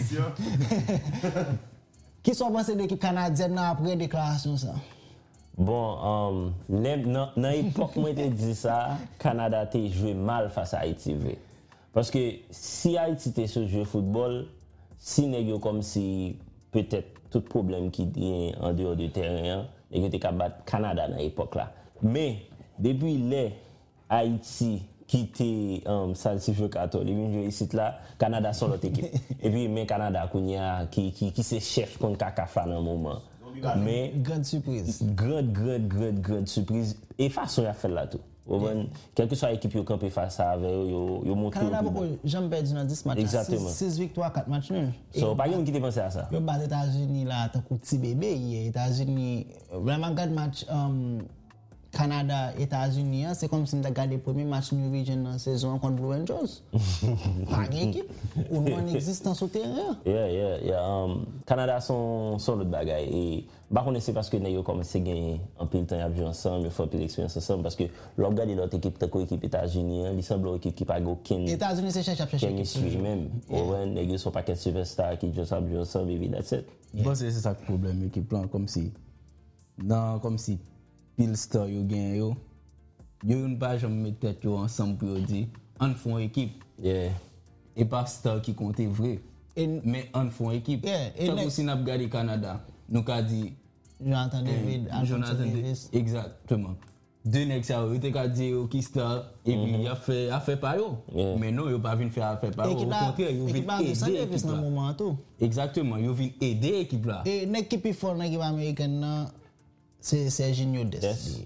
Speaker 2: Qui sont pensés de l'équipe canadienne là après déclaration ça?
Speaker 4: Bon, um, dans l'époque où je dit ça, Canada a joué mal face à Haïti. Vrai. Parce que si Haïti était sur jouer football, si nèg comme si peut-être tout problème qui est en dehors du terrain, nèg était capable battre Canada dans l'époque là. Mais depuis les Haïti quitté um, salsificateur, il vient jouer ici là, Canada son l'autre équipe. Et puis mais Canada qui qui qui c'est chef contre Kakafa dans le moment. Mais
Speaker 2: grande surprise.
Speaker 4: Grande, grande, grande, grande surprise. Et façon à faire là tout. Yeah. Quelle que soit l'équipe qui campé face à avec yo yo montre.
Speaker 2: Canada beaucoup jamais perdu dans dix matchs.
Speaker 4: Exactement.
Speaker 2: six victoires, quatre matchs nuls.
Speaker 4: So pas quelqu'un qui t'a pensé à ça.
Speaker 2: Yo bat États-Unis là tant que petit bébé hier. États-Unis vraiment grand match um, Canada, États-Unis, hein, c'est comme si on a gardé le premier match New Vision dans la saison contre Blue Angels. Pas une équipe, ou non existence au terrain.
Speaker 4: Yeah, yeah, yeah. Um, Canada sont sont l'autre bagaille et bah on c'est parce que nous commencé à gagner un peu de temps à jouer ensemble, il faut plus l'expérience ensemble parce que l'on regarde l'autre équipe tant équipe États-Unis, il semble une équipe qui pas aucun
Speaker 2: États-Unis c'est chercher chercher
Speaker 4: chemistry même. Ouais, les sont pas qu'un superstar qui juste à jouer ensemble et that's it.
Speaker 3: Bon, c'est ça le problème équipe là comme si non comme si pile star yo gagne yo yo une pas jamais mettre tête yo ensemble pour dire on font équipe.
Speaker 4: Yeah.
Speaker 3: Et pas star qui compte vrai.
Speaker 2: Et-
Speaker 3: Mais on font équipe.
Speaker 2: Yeah, et
Speaker 3: Tant
Speaker 2: next-
Speaker 3: que si n'a regardé Canada, nous a dit
Speaker 2: Jonathan David,
Speaker 3: eh,
Speaker 2: Alfonso
Speaker 3: Jonathan Davis.
Speaker 2: Davis.
Speaker 3: Exactement. Deux nèg ça yo te ka dire qui star et puis il a fait a fait pas yo.
Speaker 4: Yeah.
Speaker 3: Mais non, yo pas vinn faire affaire pas yo. Au
Speaker 2: Équipe là,
Speaker 3: contraire, yo
Speaker 2: équipe
Speaker 3: vinn
Speaker 2: là, Jonathan
Speaker 3: aider
Speaker 2: Davis
Speaker 3: l'équipe
Speaker 2: dans le
Speaker 3: là.
Speaker 2: moment tout.
Speaker 3: Exactement, yo vinn aider l'équipe là.
Speaker 2: Et l'équipe qui fort dans l'équipe américaine, là, c'est Serginho Dest.
Speaker 4: Yes.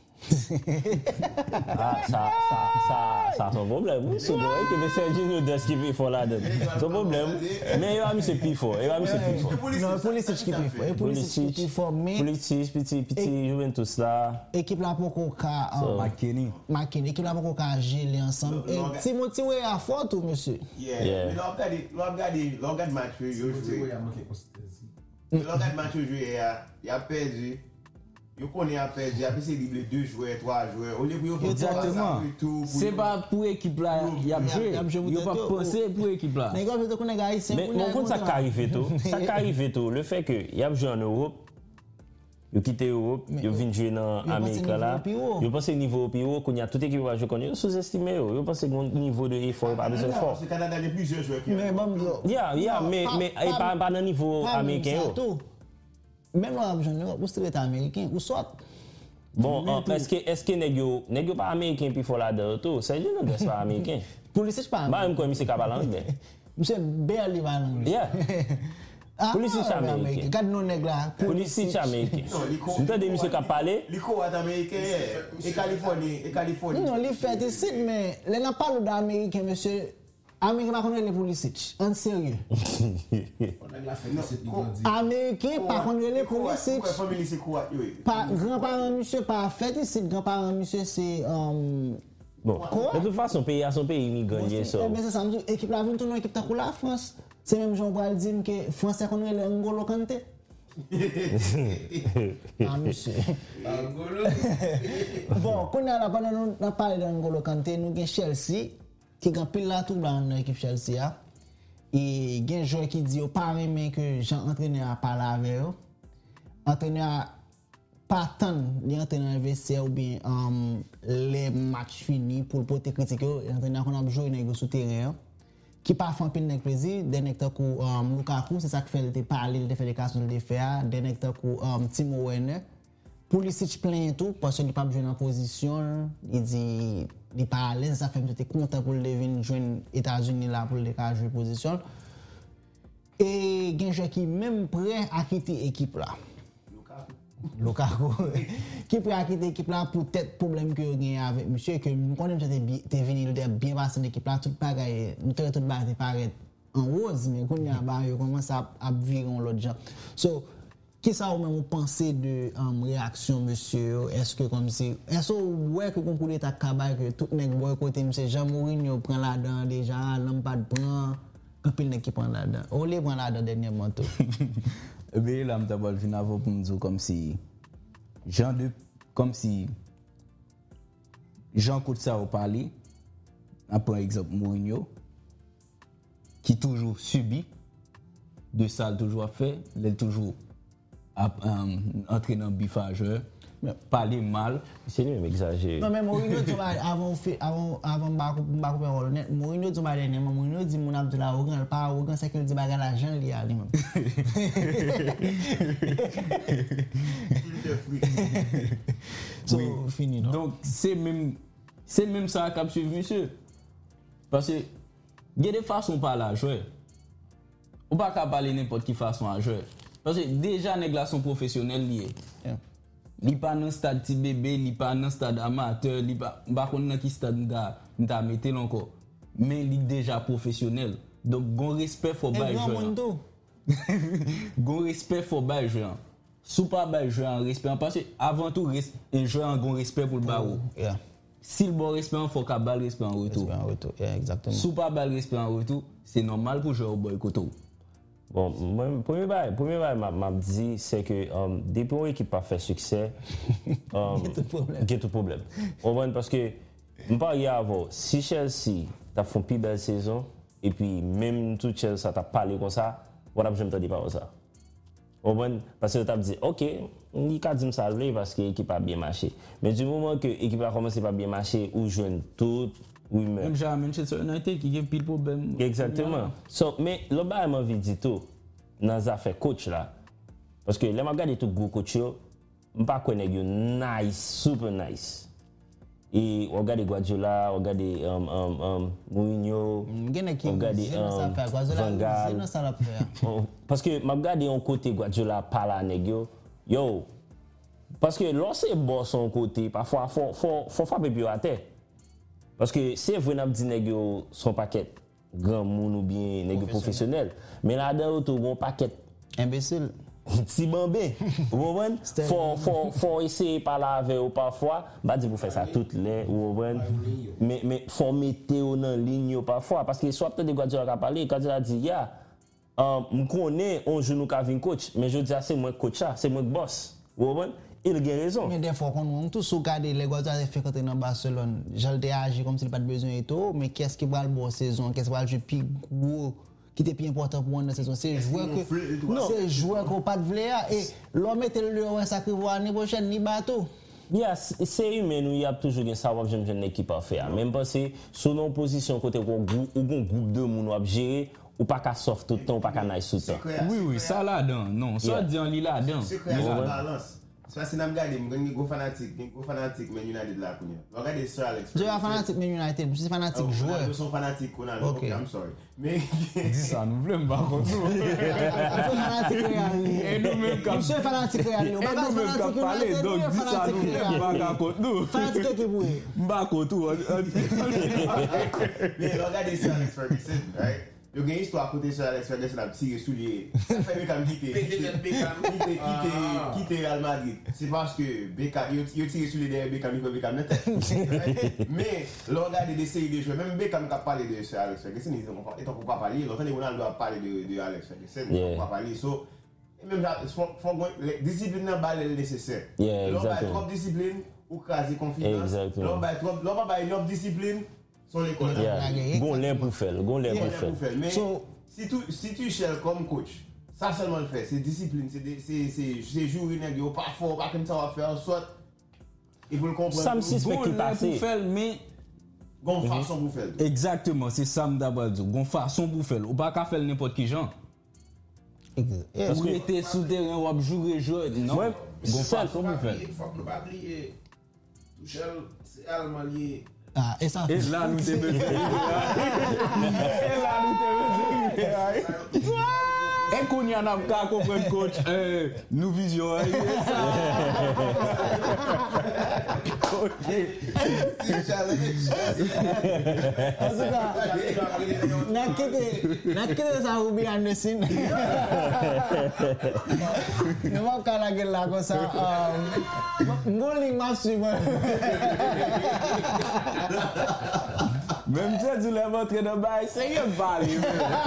Speaker 4: Ah, ça, ça, ça, ça, c'est un problème. Oui, c'est vrai que le Serginho Dest qui fait fort là-dedans. C'est un problème. Mais il va mis plus fort. Il va mis plus fort.
Speaker 2: Non, Pulisic qui fait fort. Et Pulisic qui fait fort, mais
Speaker 4: Pulisic, petit, petit Juventus là.
Speaker 2: équipe là pour qu'on ka
Speaker 3: McKinney.
Speaker 2: McKinney, équipe là pour qu'on ka geler ensemble. Et Timothy ouais à fort tout monsieur.
Speaker 5: Yeah.
Speaker 4: Yeah.
Speaker 5: Mais l'on regarde, l'on regarde, l'on regarde match, yo joué.
Speaker 6: Il y a manqué consistency.
Speaker 5: L'on regarde match, yo joué, il a perdu. Yo connaît à perdu, il a essayé de dribbler deux joueurs, trois joueurs. Au lieu de faire
Speaker 3: Exactement. C'est pas pour équipe là, il y a joué.
Speaker 2: y a joué
Speaker 3: Il pas
Speaker 2: peut-être,
Speaker 3: pensé pour équipe là.
Speaker 2: Les gars, je te connais gars ici.
Speaker 4: Mais mon compte, ça arrive tout. Ça arrive tout. Le fait que il a joué en Europe, il a quitté l'Europe, il vient jouer dans
Speaker 2: il a passé
Speaker 4: l'Amérique
Speaker 2: niveau
Speaker 4: là.
Speaker 2: plus haut.
Speaker 4: Il a passé niveau plus haut, qu'on y a tout équipe va jouer qu'on a sous-estimé. Il a passé un niveau de effort, pas besoin de fort.
Speaker 5: C'est Canada, il y a plusieurs joueurs qui
Speaker 2: Mais bon,
Speaker 4: Yeah, yeah,
Speaker 2: non,
Speaker 4: mais
Speaker 2: pas-
Speaker 4: mais
Speaker 2: pas-
Speaker 4: pas pas dans le niveau
Speaker 2: pas même
Speaker 4: américain.
Speaker 2: ça
Speaker 4: yo.
Speaker 2: tout. Même là, je ne sais pas si américain ou soit.
Speaker 4: Bon, en- est-ce que est-ce que nèg yo nèg yo pas américain puis faut là-dedans tout. C'est lui non pas américain.
Speaker 2: Pulisic pas.
Speaker 4: Bah même quoi monsieur capable anglais.
Speaker 2: Monsieur barely parle anglais.
Speaker 4: Yeah.
Speaker 2: Ah,
Speaker 4: Pulisic
Speaker 2: ah,
Speaker 4: américain.
Speaker 2: Regarde nos nègres là.
Speaker 4: Pulisic américain. Vous entendez monsieur qui a parlé?
Speaker 5: Les Croates américains, et Californie, et Californie.
Speaker 2: Non, les fait ici, mais les n'a pas d'américain, monsieur. Américain, par contre, les Pulisic. En sérieux.
Speaker 6: On a la fait cette ligue.
Speaker 2: Américain, par contre, les Pulisic.
Speaker 5: Pourquoi la famille c'est Croate, oui.
Speaker 2: Pas grand-parent, monsieur, pas fait ici. Grand-parent, monsieur, c'est. euh,
Speaker 4: Bon,
Speaker 2: Quoi?
Speaker 4: de toute façon pays à son pays il gagne ça.
Speaker 2: Eh bien, c'est ça, monsieur. Équipe là, vient tourner équipe pour la France. C'est même Jean Paul dire que français qu'on est le N'Golo Kanté. Ah, monsieur. Bon, quand on a pendant nous on a parlé de N'Golo Kanté, nous avons Chelsea qui a pile là tout blanc dans l'équipe Chelsea a. Et il y a un joueur qui dit au pas mais que Jean entraîneur a parlé avec eux. Entraîneur pas tant les entraîneurs vestiaire ou bien um, les matchs finis pour pour te critiquer, entraîneur qu'on a joué dans sur terrain qui pas fait pile avec plaisir, des nèg takou um, Lukaku, c'est ça qui fait il parler, il fait des casses de faire, des nèg takou um, Timo Werner. Pulisic plein tout parce qu'il pas jouer en position, il dit il pas à l'aise, ça fait j'étais content pour le venir joindre États-Unis là pour le jouer position. Et il y a un joueur qui même prêt à quitter l'équipe là. Lukaku qui prêt à quitter l'équipe là pour peut-être problème que gagne avec monsieur que nous connaissons que t'es venu il bien passé l'équipe là tout bagaille nous tout bagaille paraît en rose mais quand il y a ba yo commence à à virer l'autre gens. So qu'est-ce que vous même pensez de um, réaction monsieur est-ce que comme si est-ce que ouais que concours d'état cabal que tout nèg boycotter monsieur Jean Mourinho prend là-dedans déjà Lampard prend un pile nèg qui prend là-dedans on les prend là-dedans dernièrement tout.
Speaker 3: Mais là, je vais venir pour me dire comme si, Jean de, comme si, Jean Coute ça au parler, par exemple Mourinho, qui toujours subit, de ça toujours fait, il est toujours um, entraînant bifageur, parler mal.
Speaker 4: C'est lui même exagéré.
Speaker 2: Non mais Mourinho tu vas avant fait avant avant Bakou Bakou honnête Mourinho tu vas dernièrement Mourinho dit mon Abdou arrogant pas arrogant c'est qu'il dit bagarre l'argent li a lui même. So fini non.
Speaker 3: Donc c'est même c'est même ça qu'a suivi monsieur. Parce que il y a des façons pas la jouer. On pas qu'à parler n'importe qui façon à jouer. Parce que déjà les gars sont professionnels liés.
Speaker 2: Yeah.
Speaker 3: Li pas dans stade petit bébé, li pas dans stade amateur, li pas pas connait dans qui stade m'ta m'ta mettre encore. Mais li déjà professionnel. Donc gon respect faut
Speaker 2: Et
Speaker 3: bail
Speaker 2: grand
Speaker 3: joueur.
Speaker 2: monde tout.
Speaker 3: Gon respect faut bail joueur. sou pas bay joueur en respect parce que avant tout un joueur en bon respect pour le barreau.
Speaker 2: Yeah.
Speaker 3: Si le bon respect il faut qu'a bal respect en retour.
Speaker 2: Respect en retour. Yeah, exactement.
Speaker 3: Sou pas bal respect en retour, c'est normal pour joueur boycott.
Speaker 4: Bon, moi, premier bail, premier bail m'a m'a dit c'est que um, depuis une équipe pas fait succès, um,
Speaker 2: Il y a tout problème.
Speaker 4: il y a tout problème. On va parce que on pas y avoir si Chelsea t'a fait une plus belle saison et puis même tout Chelsea t'a parlé comme ça, on a jamais entendu parler ça. On va parce que t'a dit OK, il a dit ça parce que l'équipe a bien marché. Mais du moment que l'équipe a commencé pas bien marcher ou jeune tout oui, mais...
Speaker 3: Même j'ai Manchester United qui a pile problème.
Speaker 4: Exactement. So, mais le bail m'a dit tout dans les affaires coach là. Parce que là, je regarde tout gros coach, je ne connais pas nice, super nice. Et on regarde Guardiola, on regarde um, um, um, Mourinho, on regarde um, Van Gaal. Parce que je regarde un côté Guardiola parle à Negio. Yo, parce que lorsque bon son côté, parfois, il faut, faut, faut frapper plus à terre. Parce que c'est vrai qu'on dit nèg son paquet grand monde ou bien nèg professionnel, mais là-dedans tout bon paquet
Speaker 2: imbécile.
Speaker 4: Petit bambé. Vous comprenez? Faut faut faut essayer parler avec eux parfois, pas dire pour faire ça toutes les, vous comprenez? Mais mais faut mettre dans ligne parfois parce que soit peut-être de Guardiola qui parler, quand il a dit ya, on connaît on joue nous Kevin coach, mais je dis c'est moi coach ça, c'est moi boss. Vous comprenez? Il a raison.
Speaker 2: Mais des fois, quand on tous regarde les Guardiola fait quand dans Barcelone, j'allais agir comme s'il pas de besoin et tout, mais qu'est-ce qui va le bon saison, qu'est-ce qui va le plus gros, qui était plus important pour moi dans la saison, c'est joueur que non, c'est joueur qu'on pas de vouloir et l'homme mettait le ouais ça que voir l'année prochaine ni bateau.
Speaker 4: Yeah, c'est humain, nous y a toujours un savoir jeune jeune équipe à faire. Même parce que sur nos positions côté qu'on groupe ou un groupe de monde à gérer ou pas qu'à soft tout le temps ou pas qu'à nice tout le temps.
Speaker 3: Oui oui, ça là-dedans. Non, ça dit en là dedans.
Speaker 5: C'est quoi la balance? C'est parce que je regarde, je suis un fanatique, je suis un fanatique, mais United là. Regardez Sir Alex.
Speaker 2: Je suis un fanatique, mais United, je suis fanatique joueur.
Speaker 5: Je suis fanatique, ok, I'm sorry. Mais.
Speaker 3: Dis ça, nous voulons pas contre nous.
Speaker 2: Je suis fanatique Real.
Speaker 3: Et nous-mêmes, comme.
Speaker 2: Je suis fanatique Real.
Speaker 3: Et nous-mêmes, comme parler, donc dis ça, nous voulons pas contre nous.
Speaker 2: Fanatique qui vous est.
Speaker 3: Pas contre nous.
Speaker 5: Mais regardez Sir Alex Ferguson, right? Il y a une histoire à côté de Alex Ferguson a tiré sous les. Ça fait Beckham quitter Real Madrid. C'est parce que Beckham, il a tiré sous les derrière Beckham, il peut Beckham net. Mais l'on a des séries de jeux, même Beckham qui a parlé de Sir Alex Ferguson, ils ont pas parlé. L'autre, Ronaldo a parlé de Alex Ferguson, ils n'ont pas parlé. So, même la discipline n'est pas nécessaire. L'on a trop de discipline ou quasi confiance. L'on a pas enough discipline.
Speaker 4: Gon l'air pour faire, gon l'air pour faire.
Speaker 5: Mais si tu si tu cherches comme coach, ça seulement le fait, c'est discipline, c'est c'est c'est jouer nèg pas fort, pas comme ça va faire soit il faut le comprendre.
Speaker 4: Ça me suspecte qui passe
Speaker 3: mais
Speaker 5: gon façon pour faire.
Speaker 3: Exactement, c'est ça me d'abord dire, gon façon pour faire, ou pas qu'à faire n'importe qui genre. Parce que était souterrain ou jouer jouer non. Gon façon pour faire.
Speaker 6: Il faut pas oublier Tuchel c'est allemand lié.
Speaker 2: Ah, et ça.
Speaker 3: Et là, nous t'es besoin. Et là, nous t'es besoin. Et qu'on y en a qu'à comprendre, coach, nous vision. Ok.
Speaker 2: En tout cas, n'a quitté, n'a quitté ça ou bien ne signe. Ne va pas la gueule là comme ça. Mon ligne m'a suivi.
Speaker 3: Même si tu l'as montré dans le bail, c'est rien de parler.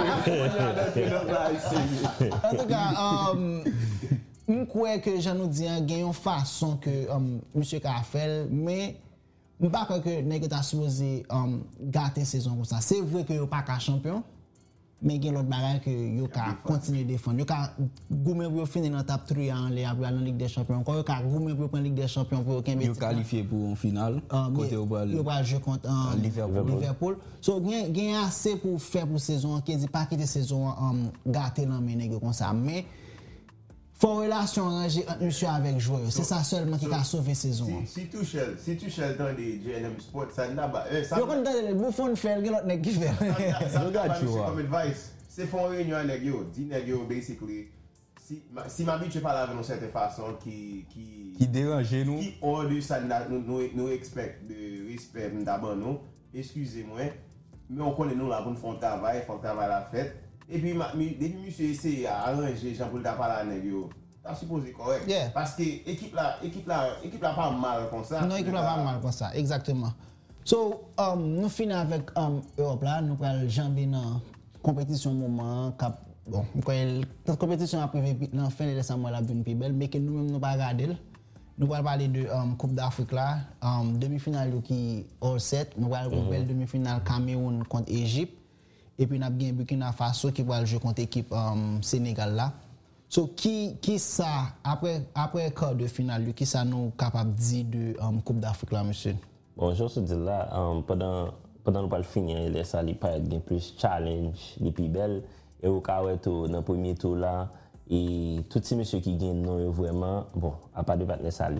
Speaker 2: En tout cas, je crois que je nous dis qu'il y a une façon que M. Carfel, mais je ne crois pas que nous sommes supposés gâter la saison comme ça. C'est vrai que nous ne sommes pas champion, mais il y a l'autre bagage que nous pouvons continuer à défendre. Nous pouvons gagner finir dans la top trois en la Ligue des Champions. Nous pouvons gagner pour la Ligue des Champions pour aucun
Speaker 3: Nous qualifié pour une finale.
Speaker 2: Côté au bal. Nous pouvons jouer contre Liverpool. Donc, il y a assez pour faire pour la saison qui dit pas que la saison gâter dans les comme ça. Mais il faut une relation arrangée entre monsieur avec joueur. C'est ça seulement qui a sauvé la saison.
Speaker 5: Si tu cherches, si tu cherches dans les J N M Sports, ça n'a pas.
Speaker 2: Yo kon tande le bouffon fait, il y a l'autre qui fait.
Speaker 5: Ça n'a pas comme advice. C'est font réunion avec yo, dit nèg yo basically si si m'habitue pas là d'une certaine façon qui qui
Speaker 3: qui dérange nous
Speaker 5: qui hors de ça nous nous nous expect de respect d'abord nous. Excusez-moi, mais on connaît nous là pour faire un travail, faire un travail la fête. Et puis depuis monsieur essayer à arranger Jean pour ta parler nèg yo. t'as supposé correct.
Speaker 2: Yeah.
Speaker 5: Parce que équipe là, équipe là, équipe là pas mal comme ça.
Speaker 2: Non, équipe là pas mal comme ça, exactement. So, um, nous finissons avec um, Europe là, nous allons jamber dans compétition moment cap bon, la compétition a prévu dans fin de décembre la bonne plus belle mais que nous-mêmes nous pas regarder. Nous allons parler de um, Coupe d'Afrique là, um, demi-finale qui all set, nous allons mm-hmm. belle demi-finale Cameroun contre Égypte et puis nous avons bien Burkina Faso qui va jouer contre l'équipe um, Sénégal là. So qui qui ça après après quart de finale qui ça nous capable dire de um, Coupe d'Afrique là monsieur?
Speaker 4: Bon, je se dis là, um, pendant, pendant nous pas le finir, les ça, il peut être plus challenge, les plus belles. Et au cas où, dans le premier tour là, et tous ces messieurs qui gagnent, non, vraiment, bon, à part de battre les salles,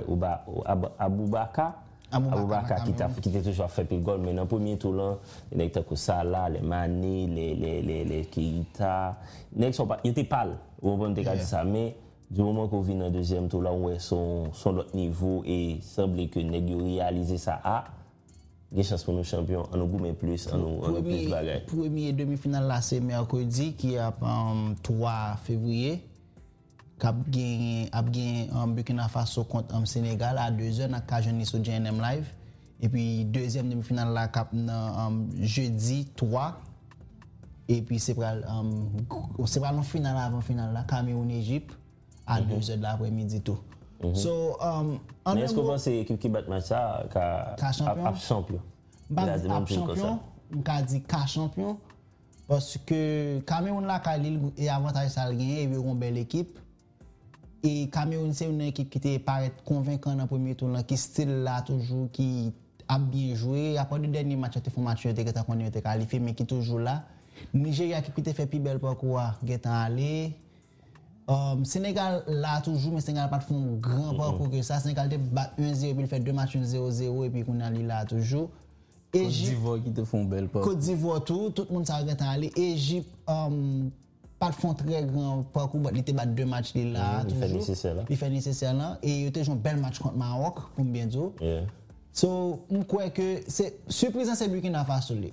Speaker 4: Aboubaka, Aboubaka qui t'a qui t'a toujours fait le goal, mais dans le premier tour là, il y a des Salah, les Mané, les, les, les, les Keita, ils étaient pâles, on peut dire ça, mais. Du moment qu'on vient dans le deuxième tour, là, on est son, son autre niveau et il semble que nous réaliser ça à des chances pour nos champions, on nous goûte plus, on nous plus bagaille.
Speaker 2: Premier demi-finale là, c'est mercredi qui est um, trois février. Qui a gagné um, Burkina Faso contre um, Sénégal à deux heures dans Kajani sur J N M Live. Et puis deuxième demi-finale là, cap um, jeudi trois. Et puis c'est pour um, c'est pour la finale avant finale là, Cameroun Égypte. À mm-hmm. deux heures de l'après-midi tout. Mm-hmm. So, um,
Speaker 4: mais est-ce que vous pensez que l'équipe qui bat le match ça, a champion?
Speaker 2: Bah, champion, on a dit K champion, parce que Cameroun là, Khalil est avantage ça gagner et une belle équipe. Et Cameroun c'est une équipe qui était paraît convaincante dans le premier tour, qui style là toujours, qui a bien joué. Après le dernier match, il fait match qui était qualifié, mais qui est toujours là. Nigeria qui était fait plus belle parcours, qui est allé. Um, Sénégal là toujours, mais Sénégal n'a pas fait un grand parcours que ça. Sénégal a battu un zéro, puis il fait deux matchs un zéro zéro, et puis on a là toujours.
Speaker 3: Côte d'Ivoire qui te font belle parcours.
Speaker 2: Côte d'Ivoire tout, tout le monde s'est allé. Égypte, um, pas de très grand parcours, mais il a battu deux matchs là.
Speaker 4: Il fait nécessaire là.
Speaker 2: Il fait nécessaire là. Et il a joué un bel match contre Maroc, pour bien dire.
Speaker 4: Yeah.
Speaker 2: So, je crois que c'est surprise, c'est Burkina Faso. Yeah.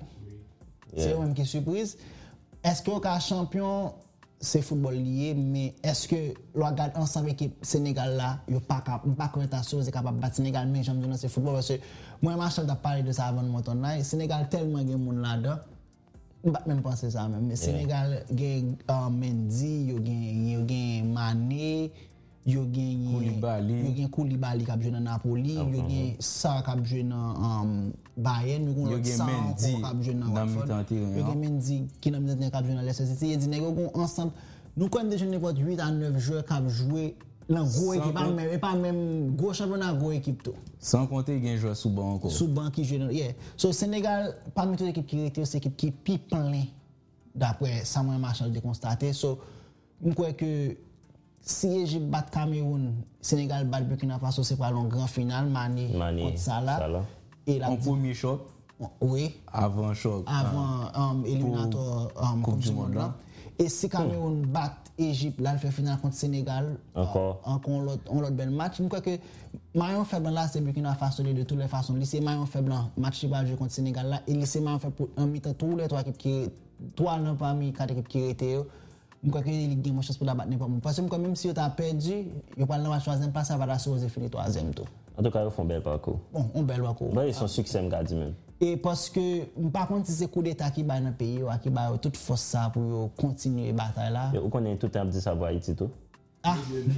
Speaker 2: C'est même qui est surprise. Est-ce que le champion c'est football lié, mais est-ce que le regarde ensemble l'équipe Sénégal là, il pas capable pas connaître c'est capable de battre Sénégal, mais j'aime dire c'est football parce que moi Marshall t'a parlé de ça avant de monter là, Sénégal tellement de monde là-dedans, pas même penser ça même, mais Sénégal gagne Mendy, yo gagne yo gagne Mané, yo gagne
Speaker 3: Koulibaly,
Speaker 2: yo gagne Koulibaly qui a joué dans Napoli, yo gagne Sarr qui a joué dans Bayern, nous avons Sarr qui a joué dans Watford, yo gagne Mendy qui a joué dans Leicester City, il dit nèg ensemble nous connaissons déjà n'importe huit à neuf joueurs qui ont joué dans gros équipe mais pas même gros championnat gros équipe tout.
Speaker 3: Sans compter gagne joueur sous banc encore.
Speaker 2: Sous banc qui joue dans yeah. So Sénégal parmi toutes les équipes qui étaient c'est équipe qui pi plein d'après Samuel Marshall de constater. So je crois que si Égypte bat Cameroun, Sénégal bat Burkina Faso, c'est pas un grand final, Mané contre Salah. Salah.
Speaker 3: Et la en premier choc.
Speaker 2: Oui.
Speaker 3: Avant choc.
Speaker 2: Avant um, éliminatoire um, Coupe du Monde là. Et si Cameroun hmm. bat Égypte, là, il fait final contre Sénégal.
Speaker 4: Encore.
Speaker 2: Euh, encore l'autre, l'autre bel match. Je crois que maillon faible là, c'est Burkina Faso de toutes les façons. C'est maillon faible match qui va jouer contre Sénégal là. Et c'est maillon faible pour un mi-temps tous les trois équipes qui, trois non parmi quatre équipes qui étaient. Je crois que il y a une chance pour la battre n'importe où. Parce que même si tu as perdu, il pas dans la troisième place, ça va la sauver finir troisième tour.
Speaker 4: En tout cas, ils font bel parcours.
Speaker 2: Bon, un bel parcours.
Speaker 4: Bah, ils sont succès, me dit même.
Speaker 2: Et parce que, par contre, si c'est coup d'État qui bat dans le pays, qui bat toute force ça pour continuer la bataille là.
Speaker 4: Vous connaissez tout le temps de savoir Haïti tout?
Speaker 2: Ah!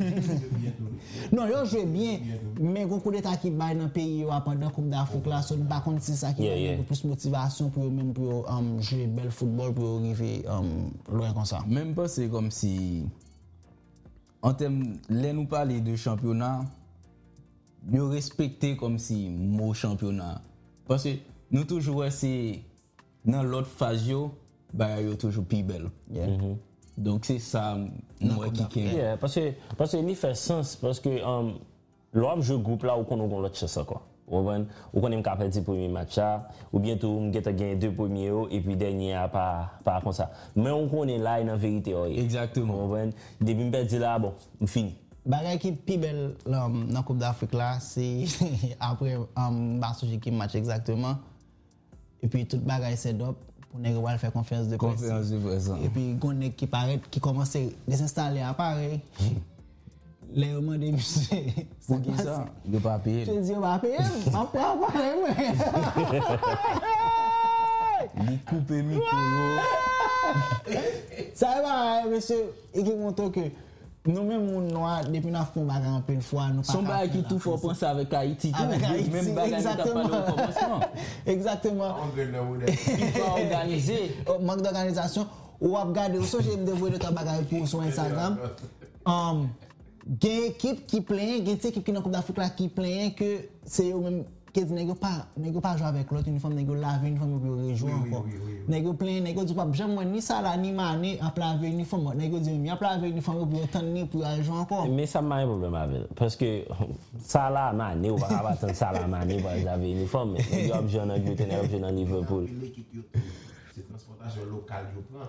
Speaker 2: Non, ils jouent bien, mais le coup d'État qui bat dans le pays pendant la Coupe d'Afrique là, par contre, c'est ça qui
Speaker 4: yeah, yeah.
Speaker 2: a plus de motivation pour même pour um, jouer bel football, pour arriver um, loin comme ça.
Speaker 3: Même pas, c'est comme si, en termes, là nous parler de championnat, nous respecter comme si mot championnat. Parce que nous toujours c'est dans l'autre phase yo bah yo toujours plus belle.
Speaker 2: Yeah. Mm-hmm.
Speaker 3: Donc c'est ça moi qui qui
Speaker 4: yeah, parce que parce que il fait sens parce que um, l'homme jeu groupe là ou qu'on a l'autre chance quoi. Ou bien ou qu'on est capable de premier match là ou bientôt on get gagner deux premiers et puis dernier pas pas comme ça. Mais on connaît là en vérité.
Speaker 3: Exactement.
Speaker 4: Ou bien depuis me perdre là bon, on fini.
Speaker 2: Bagay qui plus belle dans la Coupe d'Afrique là, c'est après um, Barcelone qui match exactement. Et puis tout bagay set up pour nèg va faire conférence de presse.
Speaker 3: Conférence de presse.
Speaker 2: Et puis gon nèg qui paraît qui commence à désinstaller appareil. Les hommes de monsieur.
Speaker 3: Pour qui ça? Yo pas payer.
Speaker 2: Je dis, on va payer. On peut en parler, ouais.
Speaker 3: Li coupe micro.
Speaker 2: Ça va, monsieur, et qui montre que nous-mêmes, nous noirs, depuis nous avons fait un peu de fois, nous
Speaker 3: Son bail qui tout faut penser avec Haïti.
Speaker 2: Avec Haïti,
Speaker 3: même bagarre qui t'a parlé au commencement.
Speaker 2: Exactement.
Speaker 3: Il va organiser.
Speaker 2: Manque d'organisation. Ou à regarder, ou j'ai dévoilé de ta bagarre pour sur Instagram. Um, il y a une équipe qui plaint, il y a une équipe qui dans la Coupe d'Afrique là qui plaint que c'est eux-mêmes qui ne pas ne pas jouer avec l'autre uniforme, ne laver uniforme pour rejouer encore. Ne plaint, ne dit pas jamais ni ça là ni mané à laver uniforme, ne dit mi à laver uniforme pour attendre pour jouer encore.
Speaker 4: Mais ça m'a un problème avec parce que ça là mané ou pas attendre ça là mané pour laver uniforme, il y a besoin de jouer tenir besoin dans Liverpool.
Speaker 6: Local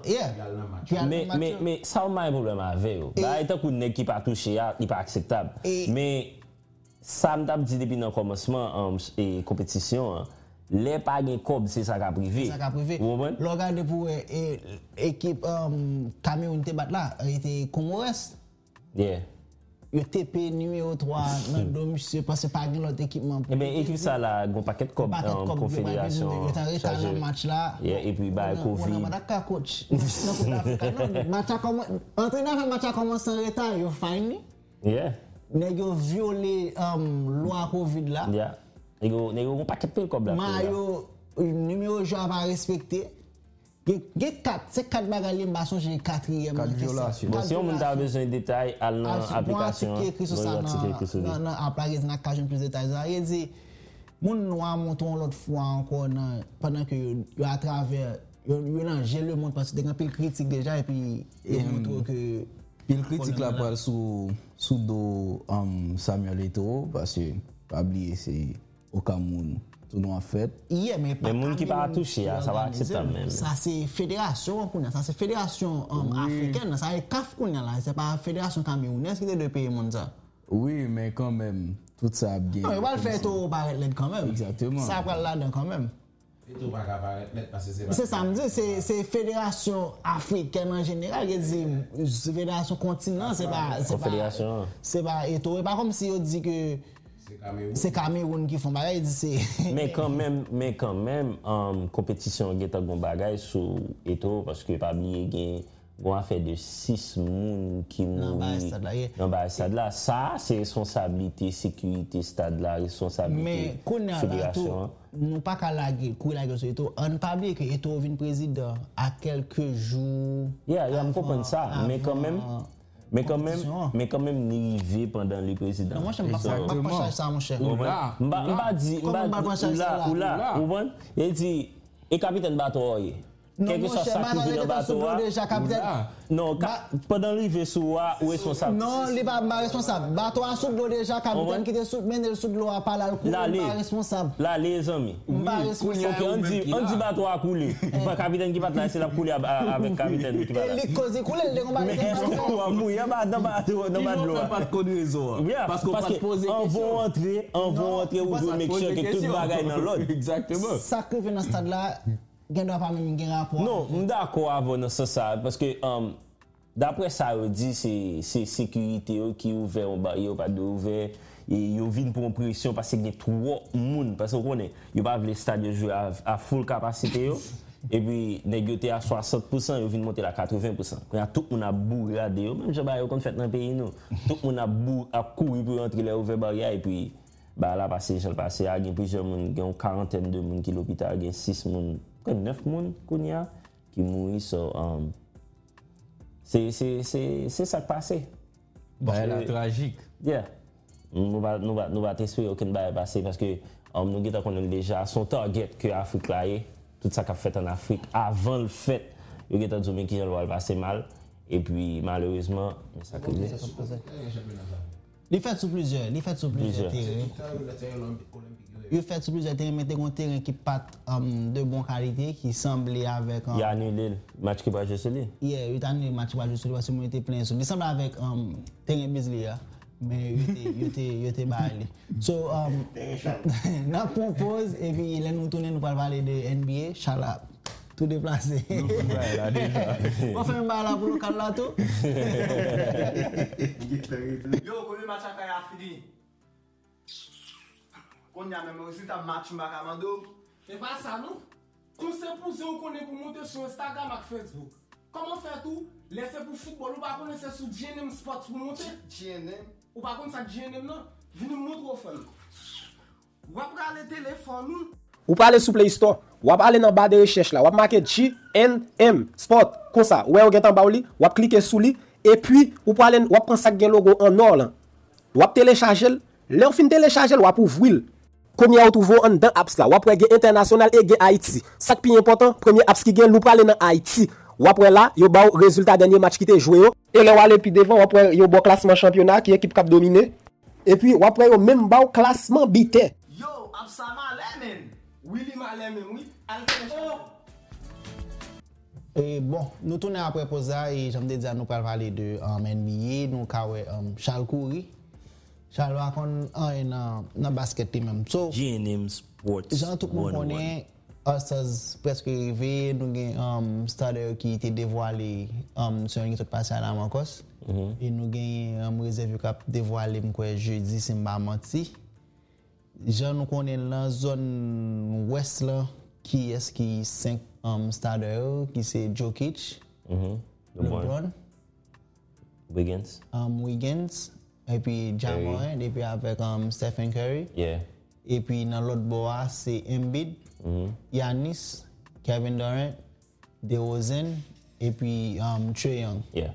Speaker 4: yeah. mais mais mais ça m'a un problème avec eux. Bah étant qu'on n'est qui pas touché, il pas acceptable. Et mais ça m'a dit depuis le commencement um, et compétition, les pas gain cob c'est ça qu'a privé.
Speaker 2: Ça qu'a privé. Le regarde pour équipe um, Cameroun te bat là, était Comores.
Speaker 4: Yeah.
Speaker 2: Le T P numéro trois dans le monsieur parce que pas l'autre équipement.
Speaker 4: Eh bien, équipe ça là, un paquet de cop en confédération.
Speaker 2: Il est en match là.
Speaker 4: Et puis bah Covid.
Speaker 2: On a pas coach. Match a commencé, entraîneur match a commencé en retard, you find me?
Speaker 4: Yeah.
Speaker 2: Nèg yo violé um loi Covid là.
Speaker 4: Yeah. Nèg yo nèg yo un paquet de cop là.
Speaker 2: Mayo numéro joueur pas respecté. Get quatre, c'est quatre bagages li m'a songé quatrième.
Speaker 3: Quatre violations.
Speaker 4: Bon, si on a besoin de détails, à l'application.
Speaker 2: Non, non, après, on a qu'à plus de détails. Il dit, mon noir monton l'autre fois encore pendant que yo à travers, yo mélanger le monde parce que des pile critique déjà et puis il montre que
Speaker 3: pile critique là parle sous sous do Samuel Eto'o parce que pas oublier c'est au Cameroun. Tout nous en fait.
Speaker 2: Yeah, mais
Speaker 4: pas. Mais les gens qui pas touché, ça va accepter même.
Speaker 2: Ça c'est fédération, ça c'est fédération um, oui. africaine, ça est C A F là, c'est pas fédération camerounaise qui est de pays monde ça.
Speaker 3: Oui, mais quand même tout ça a bien.
Speaker 2: Non, il va le faire tout paraître là quand même.
Speaker 3: Exactement.
Speaker 2: Ça va là-dedans quand même.
Speaker 6: Et tout va paraître net parce que c'est
Speaker 2: C'est ça me dit, c'est c'est fédération africaine en général, il dit fédération continent, c'est pas c'est pas c'est pas et tout, pas comme si on dit que c'est Cameroun qui font bagaille c'est
Speaker 4: mais quand même mais quand même en um, compétition geta gon bagaille sous Eto'o parce que pas oublier gain on a fait de six moun qui mourir dans ba stade là ça c'est responsabilité sécurité stade là responsabilité
Speaker 2: mais fédération nous pas qu'à laguer courir laguer sur Eto'o on pas oublier que Eto'o vient président à quelques jours
Speaker 4: yeah yeah on comprend ça mais quand même Mais quand même, mais quand même, arrivé pendant le président.
Speaker 2: Moi, je ne sais pas pas ça, mon cher.
Speaker 4: On va dire, on va dire, là, ou là, ou là, il dit, et capitaine bateau. Quelque chose ça qui vient dans bateau. Non, pendant l'arrivée sous ou responsable.
Speaker 2: Non, il pas responsable. Bateau a sous l'eau déjà, capitaine qui était sous mener sous l'eau à pas là le coup. Pas responsable.
Speaker 4: Là les amis.
Speaker 2: Pas responsable.
Speaker 4: On dit on dit bateau a coulé. Pas capitaine qui va là, c'est la couler avec capitaine qui va là.
Speaker 2: Il cause couler le combat.
Speaker 4: Mais on va mourir dans bateau dans bateau.
Speaker 3: Pas de conduiseur.
Speaker 4: Parce qu'on pas poser question. On va entrer, on va entrer ou doit make sure que tout bagaille dans l'ordre.
Speaker 3: Exactement.
Speaker 2: Ça que vient dans stade là.
Speaker 4: Non, je suis d'accord avec ça parce que um, d'après ça, on dit que c'est la sécurité qui est ouverte, on barrière, pas ouvert. Et ils viennent pour une pression parce qu'il y a trop de monde. Parce qu'on est, ils ne peuvent pas le stade jouer à, à full capacité. Et puis, négocier à soixante pour cent, ils viennent monter à quatre-vingts pour cent. Quand tout le monde a bourradé, même je ne sais pas fait dans le pays, nous. Tout le monde a bourradé, a couru pour entrer les ouverts barrières. Et puis, bah, là, passé, j'ai passé, il y a plusieurs personnes, il y a une quarantaine de personnes qui sont à l'hôpital, il y a six personnes. neuf personnes qui mourent. So, um, c'est ça qui passe.
Speaker 3: Bah, la tragique.
Speaker 4: Yeah. Nous va nous va nous va espérer aucun bail passer parce que um, nous geta connaît déjà son target que Afrique là est tout ça qu'a fait en Afrique avant le fait il geta dit qui va passer mal et puis malheureusement ça que
Speaker 2: il fait sur plusieurs il fait sur plusieurs il fait sur plusieurs terrains mettez un terrain qui pas um, de bonne qualité qui semblait avec um,
Speaker 4: il y a annulé le match qui va jouer sur lui
Speaker 2: yeah il a annulé le match qui va jouer sur lui parce que moi était plein il semble avec um, terrain Bisley mais il était il était balé so um n'a propose et puis là nous tourner nous parler de N B A Chalap tout déplacé
Speaker 3: ouais là déjà
Speaker 2: on fait un bail là pour le local là tout
Speaker 7: yo le match a fini. Qu'on y a même aussi ta match mbaka mando.
Speaker 8: Et pas ça non. Conseil pour vous connaît pour monter sur Instagram et Facebook. Comment faire tout? Laissez pour football ou pas connaître sur G N M Sports pour monter?
Speaker 7: G N M.
Speaker 8: Ou pas contre ça G N M non? Venez me montrer au fond. Ou après le téléphone nous.
Speaker 9: Ou pa ale sou Play Store, wap ale nan ba de recherche la, wap marqué G N M Sport, comme ça, ouais ou gen tan ba ou li, wap cliquer sous li, et puis ou pa ale wap prend ça gen logo en or là. Wap télécharger, le ou fin télécharger, wap ouvrir. Comme ya ou trouve en dans apps là, wap gen international et gen Haïti. Ça qui important, premier apps qui gen nou pa ale nan Haïti. Wap là, yo ba résultat dernier match qui te joué yo, et le wale puis devant wap yo bon classement championnat qui équipe cap dominer. Et puis wap yo même ba classement bité.
Speaker 7: Yo, Absama Lemon.
Speaker 8: Willy Malem, oui. Oh.
Speaker 2: Et bon, nous tournons après pour ça et j'aime dire nous parler de um, N B A, nous avons um, Charles Coury. Charles va kon un dans basket même. So,
Speaker 10: G N M Sports.
Speaker 2: Jean tout le monde connaît All-Stars presque arrivé, nous avons um, starter qui était dévoilé um, sur une équipe passée à la Mancos. Mm-hmm. Et nous avons um, réserve cap dévoilé jeudi, c'est pas menti. Jean nous connaît la zone ouest là qui est qui cinq um, starters qui c'est Jokic,
Speaker 4: mm-hmm.
Speaker 2: LeBron,
Speaker 4: Wiggins,
Speaker 2: um, Wiggins et puis Ja Morant et puis avec um, Stephen Curry.
Speaker 4: Yeah.
Speaker 2: Et puis dans l'autre bois c'est Embiid,
Speaker 4: mm-hmm.
Speaker 2: Giannis, Kevin Durant, DeRozan et puis um, Trae Young.
Speaker 4: Yeah.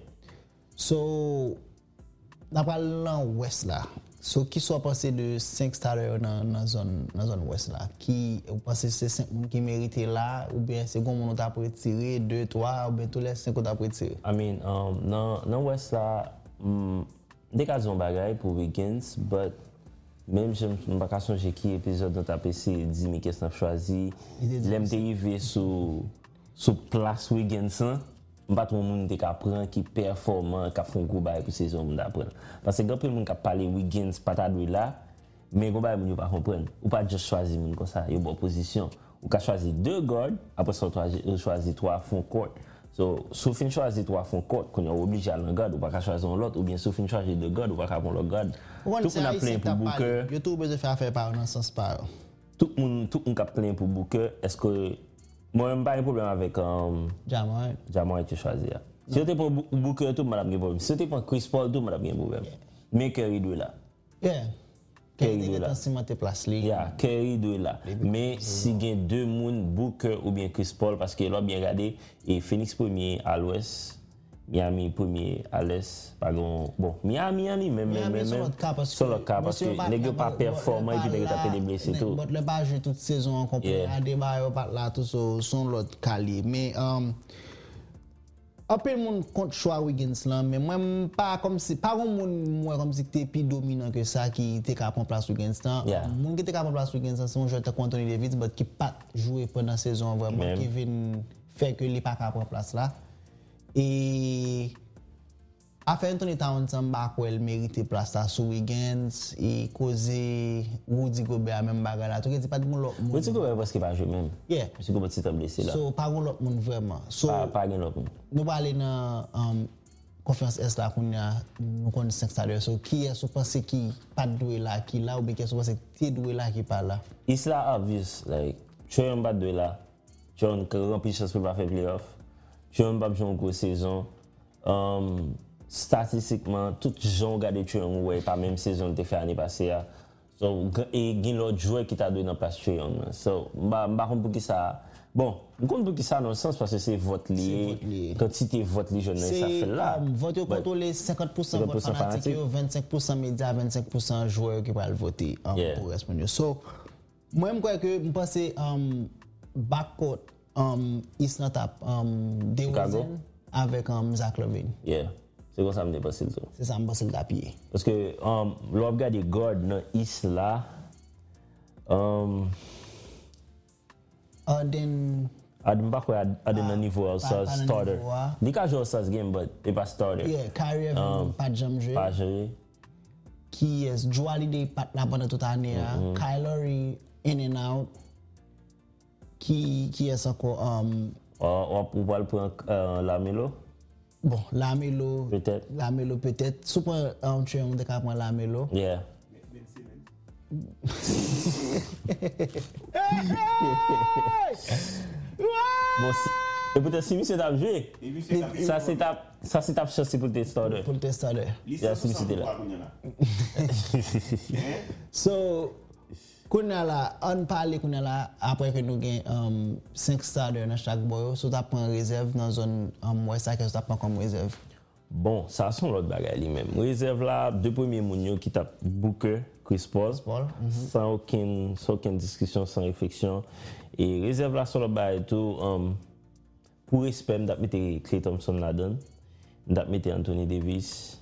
Speaker 2: So n'a pas l'ouest là. So, qui soit passé de cinq starters dans la zone, dans zone ouest là, qui ou passé c'est cinq personnes qui méritaient là, ou bien c'est comme on t'a retiré deux, trois, ou bien tous les cinq on t'a retiré.
Speaker 4: I mean, um, dans dans ouest là, um, des cas on bagaille pour Wiggins, but même je ne pas songer qui épisode dans ta P C dit mais qu'est-ce qu'on a choisi, l'aime arrivé sous sous place Wiggins. Pas tout le monde qui apprend, qui performant, qui fait un gros bail pour saison d'apprendre. Parce que quand le monde qui parle Wiggins, pas ta là, mais gros bail ne pas comprendre. Ou pas juste choisir monde comme ça, il y a une bonne position. Ou qu'à choisir deux guards, après ça on choisir trois fond court. So, si vous choisir trois fond court, qu'on est obligé à l'un garde, ou pas choisir l'autre, ou bien si vous choisir deux guards, ou pas prendre l'autre garde.
Speaker 2: Tout le monde a plein pour Booker. Il y a tout besoin de faire affaire par dans ce sens par.
Speaker 4: Tout le monde tout le monde a plein pour Booker. Est-ce que moi, je n'ai pas de problème avec um,
Speaker 2: Ja Morant.
Speaker 4: Ja Morant que tu choisis. Si tu pour Booker, tout le monde a un problème. Si tu pour Chris Paul, tout le monde a un problème. Mais Curry doit là.
Speaker 2: Yeah.
Speaker 4: Curry doit là.
Speaker 2: Curry place là.
Speaker 4: Yeah, Curry doit là. Mais si il y a deux personnes, Booker ou bien Chris Paul, parce que là, bien regardé, et Phoenix premier à l'ouest, Miami premier à l'est. Bon, Miami, Miami, même, même, même. Sur le cas parce que les gars pas performants et puis les gars tapent des blessés tout.
Speaker 2: Mais le pas jouer toute saison en complet, à des bails pas là tout son l'autre calibre. Mais um, un peu le monde compte choix Wiggins là, mais moi pas comme si pas un monde moi comme si t'es plus dominant que ça qui était capable prendre place Wiggins là. Monde qui était capable prendre place Wiggins c'est un joueur comme Anthony Davis mais qui pas jouer pendant saison vraiment qui vient faire que il pas capable prendre place là. Et affaire Anthony Townsend ba ko el mérite place là sous Wiggins et causer Rudy Gobert même bagarre là. Tu dis pas de mon l'autre monde.
Speaker 4: Rudy Gobert parce qu'il va jouer même.
Speaker 2: Yeah.
Speaker 4: Parce que Gobert s'est blessé là.
Speaker 2: So pas l'autre monde vraiment. So
Speaker 4: pas pas l'autre monde.
Speaker 2: Nous va aller dans um, conférence est là qu'on a nous connaît cinq stars. So qui est-ce que penser qui pas doué là qui là ou bien qu'est-ce que penser qui doué là qui pas là.
Speaker 4: It's là obvious like tu es pas doué là. Tu as une grande chance pour pas faire playoff. Tu as pas jouer une grosse saison. Um, statistiquement tout gens regardé tu en ouais pas même saison te fait année passée so et gain l'autre joueur qui t'a donné dans place tu en so ba ba pour qui ça bon on compte pour qui ça dans le sens parce que c'est vote lié quantité vote les jeunes ça fait là
Speaker 2: vote contrôler cinquante pour cent vote fanatique vingt-cinq pour cent médias vingt-cinq pour cent joueurs qui vont voter pour répondre so moi je crois que je pense um backcourt um is not up um DeRozan avec um Zach LaVine.
Speaker 4: Yeah. C'est comme ça me dépasse le tout.
Speaker 2: C'est ça me passe le papier.
Speaker 4: Parce que um l'on regarde les guards dans East là um
Speaker 2: Aden
Speaker 4: Aden pas quoi Aden un niveau All-Star starter. Il a joué All-Star game but il pas starter.
Speaker 2: Yeah, Kyrie Irving pas jamais joué.
Speaker 4: Pas joué.
Speaker 2: Qui est Joe Holiday pas là pendant toute l'année. Kyle Lowry in and out. Qui qui est encore um
Speaker 4: on on va le prendre Lamelo.
Speaker 2: Bon, Lamelo.
Speaker 4: Peut-être.
Speaker 2: Lamelo peut-être. Si on prend tu on décap prendre Lamelo.
Speaker 4: Yeah. Bon, si, et peut-être si monsieur t'a joué, ça c'est ta ça c'est ta chance pour le starter.
Speaker 2: Pour le starter.
Speaker 4: Il y a si monsieur là.
Speaker 2: So, kounya la, on parle kounya la, après que nous gagnons cinq starters dans chaque boy, so t'as pris réserve dans zone um, ouest, ça que t'as pris comme réserve.
Speaker 4: Bon, ça sont l'autre bagaille lui-même. Réserve là, deux premiers mounions qui t'a Booker, Chris Paul,
Speaker 2: Paul mm-hmm.
Speaker 4: sans aucune sans aucune discussion, sans réflexion. Et réserve là sur le bagaille tout um, pour respect, m'd'a mettre Klay Thompson là-dedans, m'd'a mettre Anthony Davis.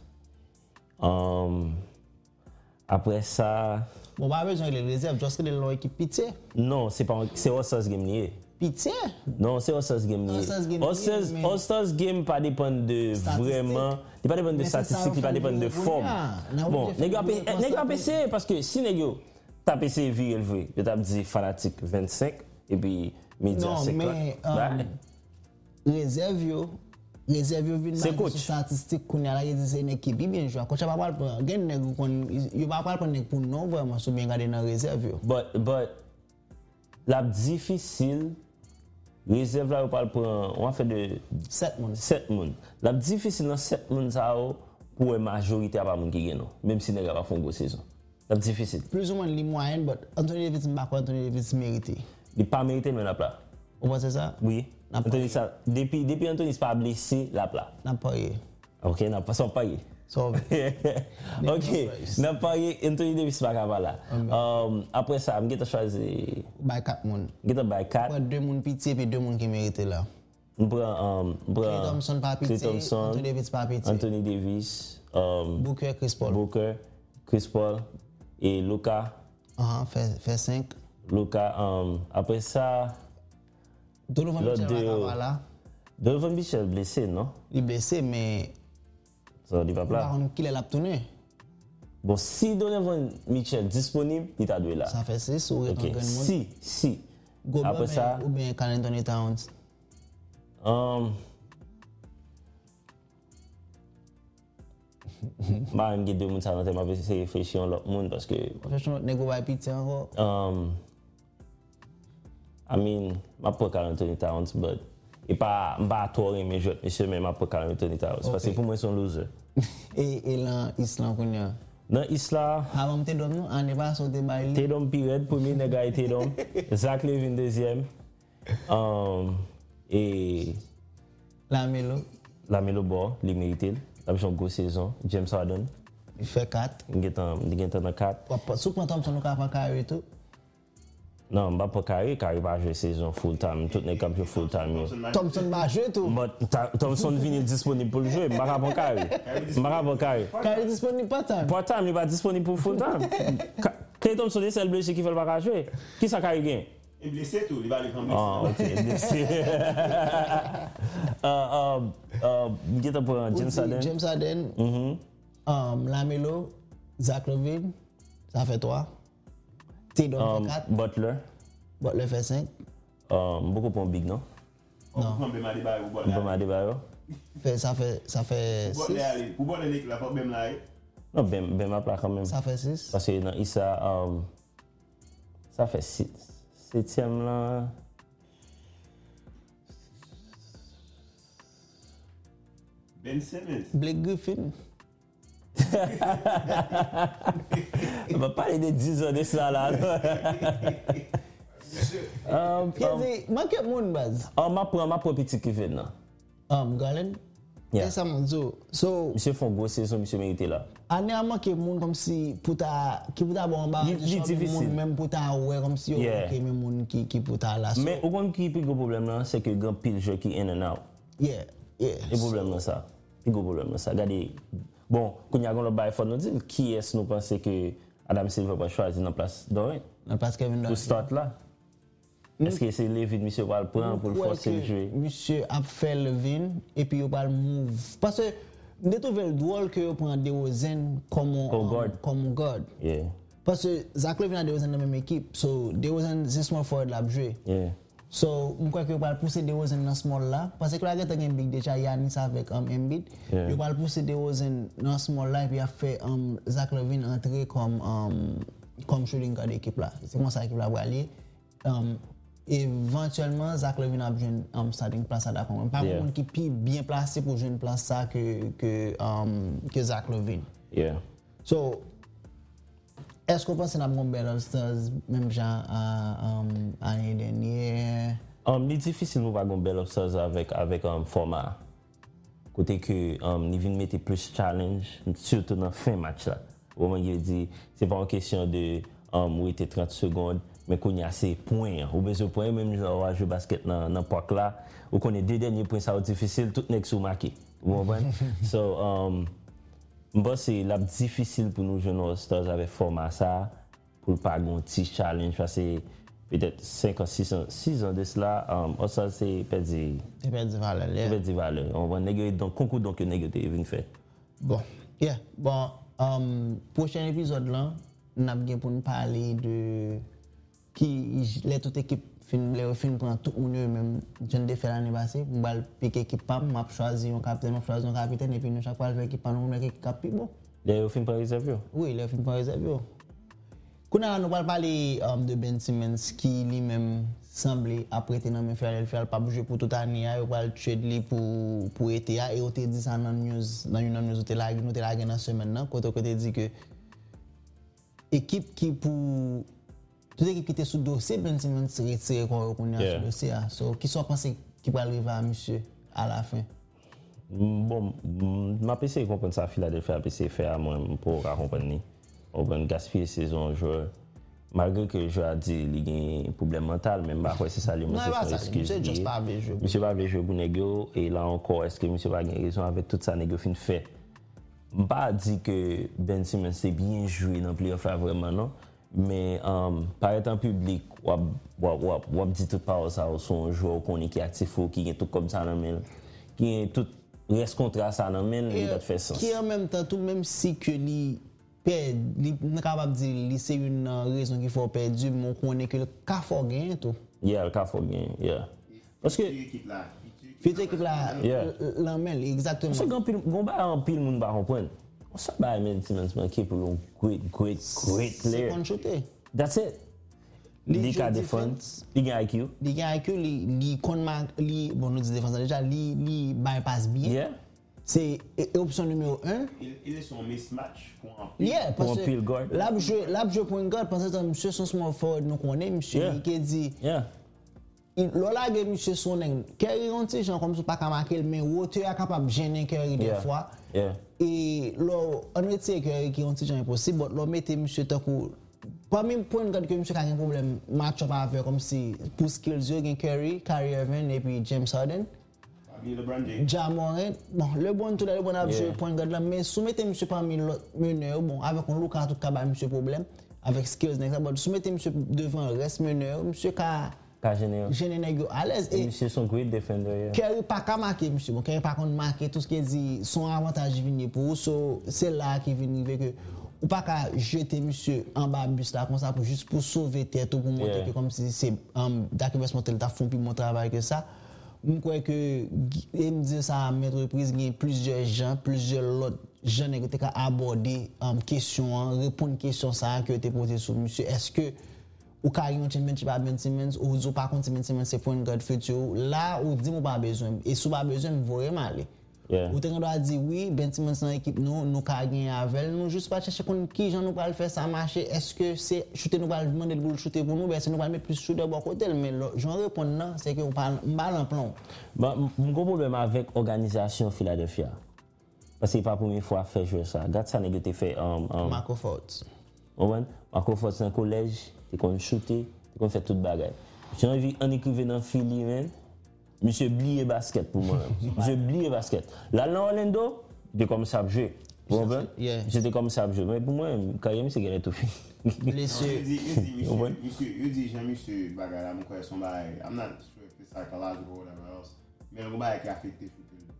Speaker 4: Um, après ça,
Speaker 2: bon, pas besoin de les réserves, juste que les longs équipe pitié.
Speaker 4: non, c'est pas c'est All-Stars game lié.
Speaker 2: Pitié.
Speaker 4: Non, c'est All-Stars game lié.
Speaker 2: All-Stars game
Speaker 4: All-Stars
Speaker 2: lié, mais-
Speaker 4: All-Stars game pas dépend de vraiment, il pas dépend de
Speaker 2: Mais c'est ça,
Speaker 4: statistiques, il pas
Speaker 2: on fait
Speaker 4: dépend de
Speaker 2: le
Speaker 4: forme.
Speaker 2: on a
Speaker 4: Bon,
Speaker 2: obligé de
Speaker 4: nèg a
Speaker 2: faire le
Speaker 4: nèg a
Speaker 2: constat.
Speaker 4: PC parce que si nèg yo t'a PC viré vrai, yo t'a dit fanatique vingt-cinq et puis média
Speaker 2: Non,
Speaker 4: cinquante.
Speaker 2: mais
Speaker 4: Bah,
Speaker 2: um, réserve yo, réserve yo vin
Speaker 4: C'est
Speaker 2: malgré
Speaker 4: coach.
Speaker 2: sous statistique qu'on a là, il dit c'est une équipe bien joué. Coach a pas parler pour gen nèg kon yo pas parler pour nèg pour non vraiment sous bien garder dans réserve yo.
Speaker 4: But, but, la difficile, réserve là, on parle pour un, on va faire de
Speaker 2: sept moun.
Speaker 4: sept moun. La difficile dans sept moun ça yo, pour une majorité à pas moun qui gagne, même si n'est pas fait une grosse saison. La difficile.
Speaker 2: Plus ou moins les moyennes, but Anthony Davis m'a pas Anthony Davis mérité.
Speaker 4: Il pas mérité mais la plat.
Speaker 2: Vous pensez ça?
Speaker 4: Oui.
Speaker 2: N'a pas
Speaker 4: Anthony ça depuis depuis Anthony c'est pas blessé la plat.
Speaker 2: N'a pas eu.
Speaker 4: OK, n'a pas son payé.
Speaker 2: So,
Speaker 4: OK, n'a pas Anthony Davis pas capable là. Um, après ça, m'geta choisi
Speaker 2: by quatre moun.
Speaker 4: m'geta by quatre.
Speaker 2: Pas deux moun pitié puis deux moun qui mérité là.
Speaker 4: M'prend um
Speaker 2: Klay Thompson pas
Speaker 4: Klay
Speaker 2: pitié,
Speaker 4: Thompson,
Speaker 2: Anthony Davis pas pitié.
Speaker 4: Anthony Davis, um,
Speaker 2: Booker, Chris Paul.
Speaker 4: Booker, Chris Paul et Luka.
Speaker 2: Ah, fait fait cinq.
Speaker 4: Luka, um, après ça,
Speaker 2: Donovan
Speaker 4: L'autre
Speaker 2: Mitchell
Speaker 4: deux,
Speaker 2: va là.
Speaker 4: Donovan Mitchell blessé, non?
Speaker 2: Il est blessé mais
Speaker 4: Ça, il va
Speaker 2: par
Speaker 4: pas.
Speaker 2: contre qu'il est là tourner.
Speaker 4: Bon, si Donovan Mitchell disponible, il t'a doué là.
Speaker 2: Ça fait six ou
Speaker 4: OK.
Speaker 2: autant que
Speaker 4: Si, si.
Speaker 2: Gobert
Speaker 4: Après ça,
Speaker 2: ou bien Karl Anthony Towns.
Speaker 4: um, bah, je vais deux moun ça dans tête, je vais essayer de réfléchir à l'autre monde parce que
Speaker 2: Professionnel nego va pitié encore.
Speaker 4: Um, I mean, je prends Karl Anthony Towns, but et pas pas trop aimer jouer monsieur mais je prends Karl Anthony Towns parce que pour moi c'est un loser.
Speaker 2: Et et là Islam konya.
Speaker 4: Dans Isla,
Speaker 2: Avant te dom nou an pas sauter bail.
Speaker 4: Tatum Pired premier nègre et Tatum, Zach Levine deuxième. Um, et
Speaker 2: Lamelo,
Speaker 4: Lamelo Ball, il mérite. Il a fait une grosse saison. James Harden,
Speaker 2: il fait quatre.
Speaker 4: il est en quatre.
Speaker 2: Sou prend Thompson nou ka prend Kyrie tout.
Speaker 4: Non, je ne pas Kyrie, Kyrie va jouer saison full time. Tout n'est pas full time. yo.
Speaker 2: Thompson va jouer tout.
Speaker 4: But Ta- Thompson vient disponible pour le jouer. Je ne vais pas Kyrie. Je ne vais pas Kyrie.
Speaker 2: Kyrie disponible pas time.
Speaker 4: Part time, il n'est pas disponible pour full time. Ka- Klay Thompson est seul blessé qui fait le pas jouer. Qui ça Kyrie gagne?
Speaker 5: Il est blessé tout, il va aller comme
Speaker 4: Ah, ok, blessé. Euh, euh, euh, Get up pour James Harden.
Speaker 2: James Harden,
Speaker 4: Mhm.
Speaker 2: um, Lamelo, Zach Levine, ça fait trois. Tatum
Speaker 4: Um,
Speaker 2: fait quatre.
Speaker 4: Butler.
Speaker 2: Butler fait cinq.
Speaker 4: Um, beaucoup pour Big, non?
Speaker 5: On peut prendre Bema Adebayo ou
Speaker 4: Bam
Speaker 5: Butler.
Speaker 4: Adebayo.
Speaker 2: Fait, ça fait ça fait
Speaker 5: Pour
Speaker 2: six.
Speaker 5: Butler aller, pour Butler l'équipe là, faut Bema là.
Speaker 4: Non, Ben, ben ma quand même.
Speaker 2: Ça fait six.
Speaker 4: Parce que dans Issa, um, ça fait six. Septième là.
Speaker 5: Ben Simmons.
Speaker 2: Blake Griffin.
Speaker 4: On va parler de dix ans de ça là. um,
Speaker 2: Qu'est-ce
Speaker 4: um,
Speaker 2: que manque moun base.
Speaker 4: oh, ma prend ma prend petit Kevin là.
Speaker 2: Um, Garland.
Speaker 4: Yeah.
Speaker 2: C'est ça mon zo. So,
Speaker 4: Monsieur font grosse saison, monsieur mérité là.
Speaker 2: année a manqué moun comme si pour ta qui pour ta bon ba.
Speaker 4: Li- li difficile.
Speaker 2: Même pour ta ouais comme si
Speaker 4: Yeah.
Speaker 2: OK même moun qui qui pour ta là. So,
Speaker 4: Mais au compte qui est le plus gros problème là, c'est que grand pile joueur qui in and out.
Speaker 2: yeah, yeah.
Speaker 4: Le problème là ça. Le gros problème là ça. Regardez. Bon, quand y a le bail faut nous dire qui est-ce nous pensons que Adam Silver va choisir dans place Durant
Speaker 2: Non, parce que Kevin
Speaker 4: pour
Speaker 2: Durant.
Speaker 4: start là. Est-ce que c'est Levine monsieur va le prendre pour le
Speaker 2: Ouais,
Speaker 4: forcer le
Speaker 2: que
Speaker 4: jouer?
Speaker 2: Monsieur a fait le vin et puis il va le move. Parce que je trouve le drôle que vous prenez DeRozan comme
Speaker 4: Comme
Speaker 2: um,
Speaker 4: guard.
Speaker 2: comme guard.
Speaker 4: Yeah.
Speaker 2: Parce que Zach Levine a DeRozan dans la même équipe. So DeRozan c'est small forward la jouer.
Speaker 4: Yeah.
Speaker 2: So, mwen kwa ki yo pal pousse DeRozan nan small la. Pase ki la gete gen big deja Yanis avek um, Embiid.
Speaker 4: Yeah.
Speaker 2: Yo pal pousse DeRozan nan small la epi a fe um, Zach LaVine entre kom um, kom shooting guard ekip la. Se kon sa ekip la wale. Um, Eventuellement, Zach LaVine a besoin um, starting place à d'accord. Pas
Speaker 4: Yeah.
Speaker 2: monde qui est bien placé pour jouer une place ça que que um, que Zach LaVine.
Speaker 4: Yeah.
Speaker 2: So, est-ce qu'on pense qu'on a un bel All-Stars même genre à um, l'année dernière?
Speaker 4: Um, li difficile pour pas gon bel All-Stars avec avec un um, format. Côté que um, ni vinn mettre plus challenge surtout dans fin match là. Au moment il dit c'est pas une question de um, où était trente secondes mais qu'on y a ces points. Ou besoin de points même genre à jouer basket dans dans parc là ou qu'on est deux derniers points ça difficile tout next ou marqué. Vous comprenez? So um bon c'est la difficile pour nous jeunes All-Stars avec format ça pour pas un petit challenge parce que peut-être cinq ans six ans six ans de cela um, ça c'est perdu
Speaker 2: C'est pas de valeur.
Speaker 4: c'est perdu valeur on va négocier donc concours donc négocier vinn fait
Speaker 2: Bon, yeah. Bon, um, prochain épisode là, n'a bien pour nous parler de qui les toute équipe fin les fin prend tout le monde même j'en ai fait l'année passée pour bal piquer équipe pam m'a choisi un capitaine m'a choisi un capitaine et puis nous chaque fois faire équipe pas nous mettre équipe cap bon.
Speaker 4: les fin par réserve
Speaker 2: Oui, les fin par réserve. Qu'on a nous parler um, de Ben Simmons qui lui-même semblait apprêter dans mes Philadelphia pas bouger pour toute année il va le trade lui pour pour été et on te dit ça dans news dans une news te la nous te la dans semaine là quand on te dit que équipe qui pour toute équipe qui était sous dossier Ben Simmons retiré qu'on qu'on a sous dossier so qui sont pensé qui va arriver à monsieur à la fin.
Speaker 4: Bon, m'a essayé de comprendre ça Philadelphie a essayé faire moi pour comprendre on va gaspiller saison joueur malgré que je a dit il y a un problème mental même pas c'est ça lui
Speaker 2: Non,
Speaker 4: c'est
Speaker 2: pas
Speaker 4: son
Speaker 2: ça,
Speaker 4: excuse
Speaker 2: monsieur juste pas jouer.
Speaker 4: monsieur pas jouer pour négo et là encore est-ce que monsieur pas gagner raison avec toute ça négo fin fait pas dit que Ben Simmons c'est bien joué dans playoff vraiment non mais um, par étant public ou ou dit tout par ça son joueur qu'on est qui actif ou qui est tout comme ça dans main qui est tout reste contre ça dans main il doit faire sens
Speaker 2: qui en même temps tout même si que li perd li n'est capable dire li c'est une raison qu'il faut perdre mais on connaît que le cas faut gagner tout.
Speaker 4: Yeah, le cas faut gagner, yeah. Parce que
Speaker 5: Équipe là.
Speaker 2: Future équipe là
Speaker 4: Yeah.
Speaker 2: l'emmène exactement.
Speaker 4: parce que grand pile gon ba en pile moun ba comprendre. On ça ba men Simmons manqué pour un great great great
Speaker 2: C'est
Speaker 4: player.
Speaker 2: qu'on shooter.
Speaker 4: That's it.
Speaker 2: Li
Speaker 4: Li
Speaker 2: joue
Speaker 4: ka défendre,
Speaker 2: defense.
Speaker 4: li gen I Q.
Speaker 2: Li gen I Q li li kon mark li bon nous dit défenseur déjà li li bypass bien.
Speaker 4: Yeah.
Speaker 2: C'est et- option numéro un.
Speaker 5: Il, il est son mismatch pour un
Speaker 2: Yeah,
Speaker 4: Pour
Speaker 2: parce
Speaker 4: un
Speaker 2: que
Speaker 4: pile guard.
Speaker 2: là je là je point guard parce que monsieur son small forward nous connaît monsieur
Speaker 4: Yeah.
Speaker 2: il qui dit
Speaker 4: Yeah.
Speaker 2: il là que monsieur son nèg Kerry on ti genre comme ça pas ka marquer mais Water est capable de gêner Kerry des
Speaker 4: Yeah.
Speaker 2: fois.
Speaker 4: Yeah.
Speaker 2: Et là on retire Kerry qui on ti genre impossible but là mettez monsieur tant que pas même point guard que monsieur a un problème match up avec comme si pour skills yo gen Kerry, Kyrie Irving et puis James Harden.
Speaker 5: Parmi LeBron James.
Speaker 2: Ja Morant, bon, le bon tout le bon a joué
Speaker 4: Yeah.
Speaker 2: point guard là, mais soumettez monsieur parmi l'autre meneur, bon, avec un Luka tout ka ba monsieur problème, avec skills nèg ça, bon, soumettez monsieur devant le reste meneur, monsieur ka
Speaker 4: Ka général.
Speaker 2: gêner nèg yo à l'aise
Speaker 4: Et
Speaker 2: et
Speaker 4: monsieur son great defender. Yeah.
Speaker 2: Kerry pas ka marquer monsieur, bon, Kerry pas contre marquer tout ce qui dit son avantage vient pour so c'est là qui vient que ou pas qu'à jeter monsieur en bas bus là comme ça pour juste pour sauver tête ou pour montrer
Speaker 4: Yeah.
Speaker 2: que comme si c'est um, Dakivis Montel t'a fait plus mon travail que ça. Je crois que il me dit ça à maintes reprises il y a plusieurs gens, plusieurs autres gens qui ont abordé um, question, hein, répondre question ça que tu posé sur monsieur. Est-ce que ou ka yon championship à Ben Simmons ou ou pas contre Ben Simmons c'est point guard futur là ou dit moi pas besoin et sous pas besoin vous vraiment aller.
Speaker 4: Yeah.
Speaker 2: Ou te doit dire oui, Ben Simmons dans l'équipe nous nous ka gagner avec nous juste pas chercher contre qui gens nous pas le faire ça marcher. Est-ce que c'est shooter nous pas demander de shooter pour nous ben c'est nous pas mettre plus shooter bon côté mais j'en réponds non, c'est que on parle mal en plan.
Speaker 4: Bon, mon gros problème avec l'organisation Philadelphia. Parce que c'est pas la première fois faire jouer ça. Regarde ça, nèg te fait um, um,
Speaker 2: Marco Fultz.
Speaker 4: Owen, Marco Fultz dans le collège, tu connais shooter, tu connais faire toute bagaille. J'ai envie en écrivain dans Philly, man. Monsieur blié basket pour moi. Monsieur blié basket. Là, dans Orlando, j'étais comme ça à jouer. Vous comprenez?
Speaker 2: Yeah.
Speaker 4: J'étais comme ça à jouer. Mais pour moi, carrément, c'est gagné tout fini.
Speaker 2: Blessure.
Speaker 5: Il dit, il dit, monsieur,
Speaker 4: Ouais.
Speaker 5: monsieur, il dit, j'ai monsieur, bagarre, là, mon quoi, son bail. I'm not sure if it's psychological or whatever else. Mais le bail qui a affecté shooting.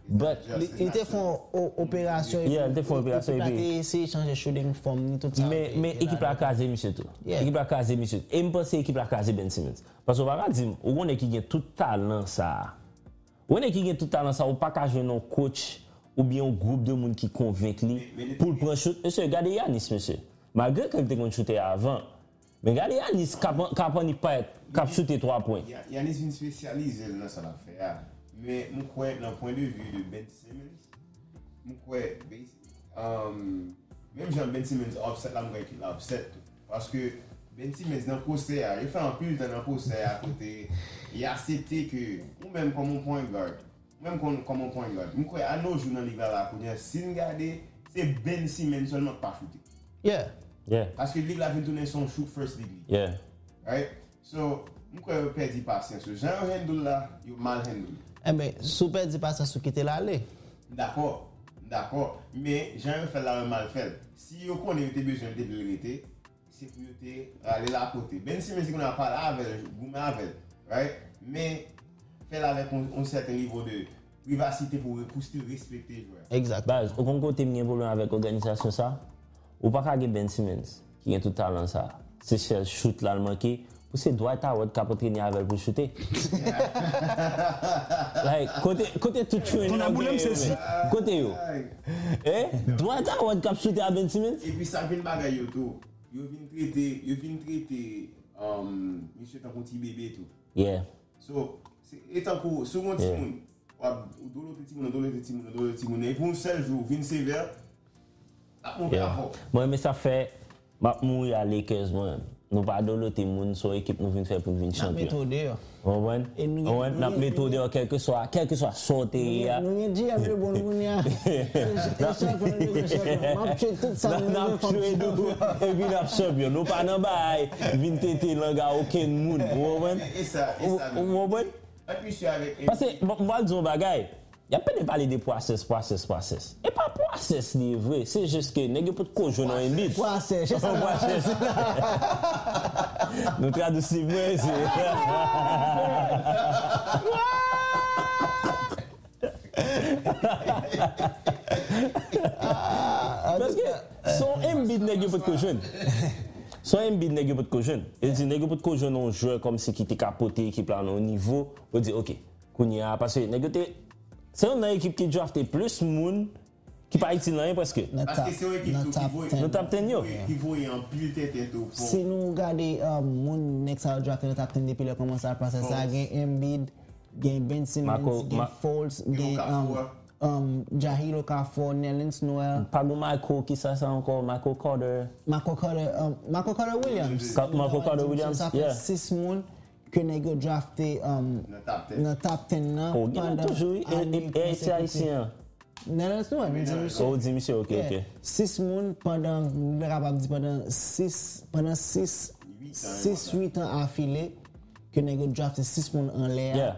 Speaker 4: But,
Speaker 2: Il te font opération.
Speaker 4: Yeah, il te font opération,
Speaker 2: et
Speaker 4: et puis-
Speaker 2: puis essayer de changer shooting form ni tout ça.
Speaker 4: mais, mais équipe la casé, monsieur tout.
Speaker 2: Yeah.
Speaker 4: Équipe la casé, monsieur. Et je pense que équipe la casé Ben Simmons. Parce qu'on va pas dire, on est qui a tout talent ça. On est qui a tout talent ça, ou pas qu'à jouer un coach ou bien un groupe de monde qui convainc lui
Speaker 5: Mais- mais-
Speaker 4: pour le prendre shoot. Monsieur, regardez Yanis, monsieur. Malgré qu'il était shooté avant. Mais regardez Yanis, capable de pas cap shooter trois points.
Speaker 5: Y- Yanis vient spécialisé dans ça l'affaire. Mais je crois, d'un point de vue de Ben Simmons, je crois, um, même Jean Ben Simmons upset là, je qu'il a upset. Parce que Ben Simmons dans le procès, il fait un pile dans le procès à côté. Il a accepté que, ou même comme un point guard, même comme, comme un point guard, je crois à nos jours dans la ligue là, si nous regardons, c'est Ben Simmons seulement qui pas shooter.
Speaker 2: Yeah.
Speaker 4: Yeah,
Speaker 5: Parce que la ligue là vient tourner son shoot first league.
Speaker 4: yeah.
Speaker 5: Right? So, je crois qu'il a perdu patience. Jean handle là, il a mal handle.
Speaker 2: Eh ben, super dit pas ça sous quitter l'aller.
Speaker 5: D'accord, d'accord. Mais j'ai un fait là un mal fait. Si vous connaissez besoin de vérité, c'est pour vous aller là à côté. Ben si on a parlé avec, vous avec, right? Mais faire avec un, un certain niveau de privacité pour, pour still respecter les joueurs.
Speaker 2: Exact.
Speaker 4: Baz, au Congo, tu as un problème avec l'organisation ça. Ou pas qu'à Ben Simmons, qui a tout talent ça. C'est cher shoot là le manqué. Pour ces Dwight Howard qui a pas traîné avec pour shooter. Like, côté, côté tout tué.
Speaker 3: Ton aboulem, c'est si.
Speaker 4: Côté yo. Eh? Dwight Howard qui a shooté à Ben Simmons?
Speaker 5: Et puis ça vient bagaille yo tout. Yo vient traiter, yo vient traiter um, monsieur tant petit bébé tout.
Speaker 4: Yeah.
Speaker 5: So, c'est étant que sur mon petit
Speaker 4: Yeah.
Speaker 5: monde, ou dans l'autre petit monde, dans l'autre petit monde, dans l'autre petit monde, et pour un seul jour, vient sévère, à mon
Speaker 4: Yeah.
Speaker 5: rapport.
Speaker 4: Moi, mais ça fait, ma mourir à Lakers, moi. Nous pas de l'autre monde sur l'équipe nous venons faire pour venir
Speaker 2: La
Speaker 4: champion.
Speaker 2: méthode yo.
Speaker 4: Vous comprenez?
Speaker 2: Et nous-
Speaker 4: Vous comprenez?
Speaker 2: nous-
Speaker 4: Notre méthode, quel que soit, quel que soit sorti.
Speaker 2: Nous y dit avec bon moun ya. M'a tué tout ça.
Speaker 4: Nous avons tué nous, et puis nous avons champion. Nous pas dans bail, venir téter l'anga aucun monde. Vous comprenez?
Speaker 5: Et ça, et ça.
Speaker 4: Vous comprenez?
Speaker 5: Et puis, je suis avec.
Speaker 4: Parce que, bon, moi, je dis un bagay, il n'y a pas de parler de process, process, process. Et pas process, c'est vrai. C'est juste que, n'est-ce pas de jouer dans une bite.
Speaker 2: Quoi c'est? C'est ça.
Speaker 4: Process. Nous traduisons, ouais, c'est. Parce que son Embiid n'est pas de jeune. Son Embiid n'est pas de jeune. Il dit n'est pas de jeune un joueur comme si qui était capoté, qui plan au niveau. On dit OK, Kounia parce que c'est une équipe qui draft plus monde qui pas utile rien parce que
Speaker 5: Parce que c'est une équipe qui vaut.
Speaker 4: nous top ten yo.
Speaker 5: Qui vaut en pile tête au fond.
Speaker 2: Si nous regardons mon next out draft dans top ten depuis le commencé à passer ça, il y a Embiid, il y a Ben Simmons,
Speaker 4: Marco-
Speaker 2: il y a
Speaker 4: Ma-
Speaker 2: Fultz, il y a
Speaker 5: Okafor.
Speaker 2: um, Jahil Okafor, Nerlens Noel,
Speaker 4: Pas de Michael qui ça ça encore Michael Carter.
Speaker 2: Marco Carter, um, Marco Carter Williams.
Speaker 4: Ka- Marco Carter Williams,
Speaker 2: Ça fait
Speaker 4: yeah.
Speaker 2: six moun que nous avons drafté um,
Speaker 5: Dans le top ten.
Speaker 2: dans top ten là.
Speaker 4: Oh, il y a toujours et et c'est haïtien.
Speaker 2: Nerlens Noel, il dit monsieur.
Speaker 4: Oh, dit monsieur OK
Speaker 2: Yeah.
Speaker 4: OK.
Speaker 2: Six moun pendant, je vais capable de dire pendant six, pendant six, six, huit ans affilés, que nous avons drafté six moun en l'air.
Speaker 4: Yeah.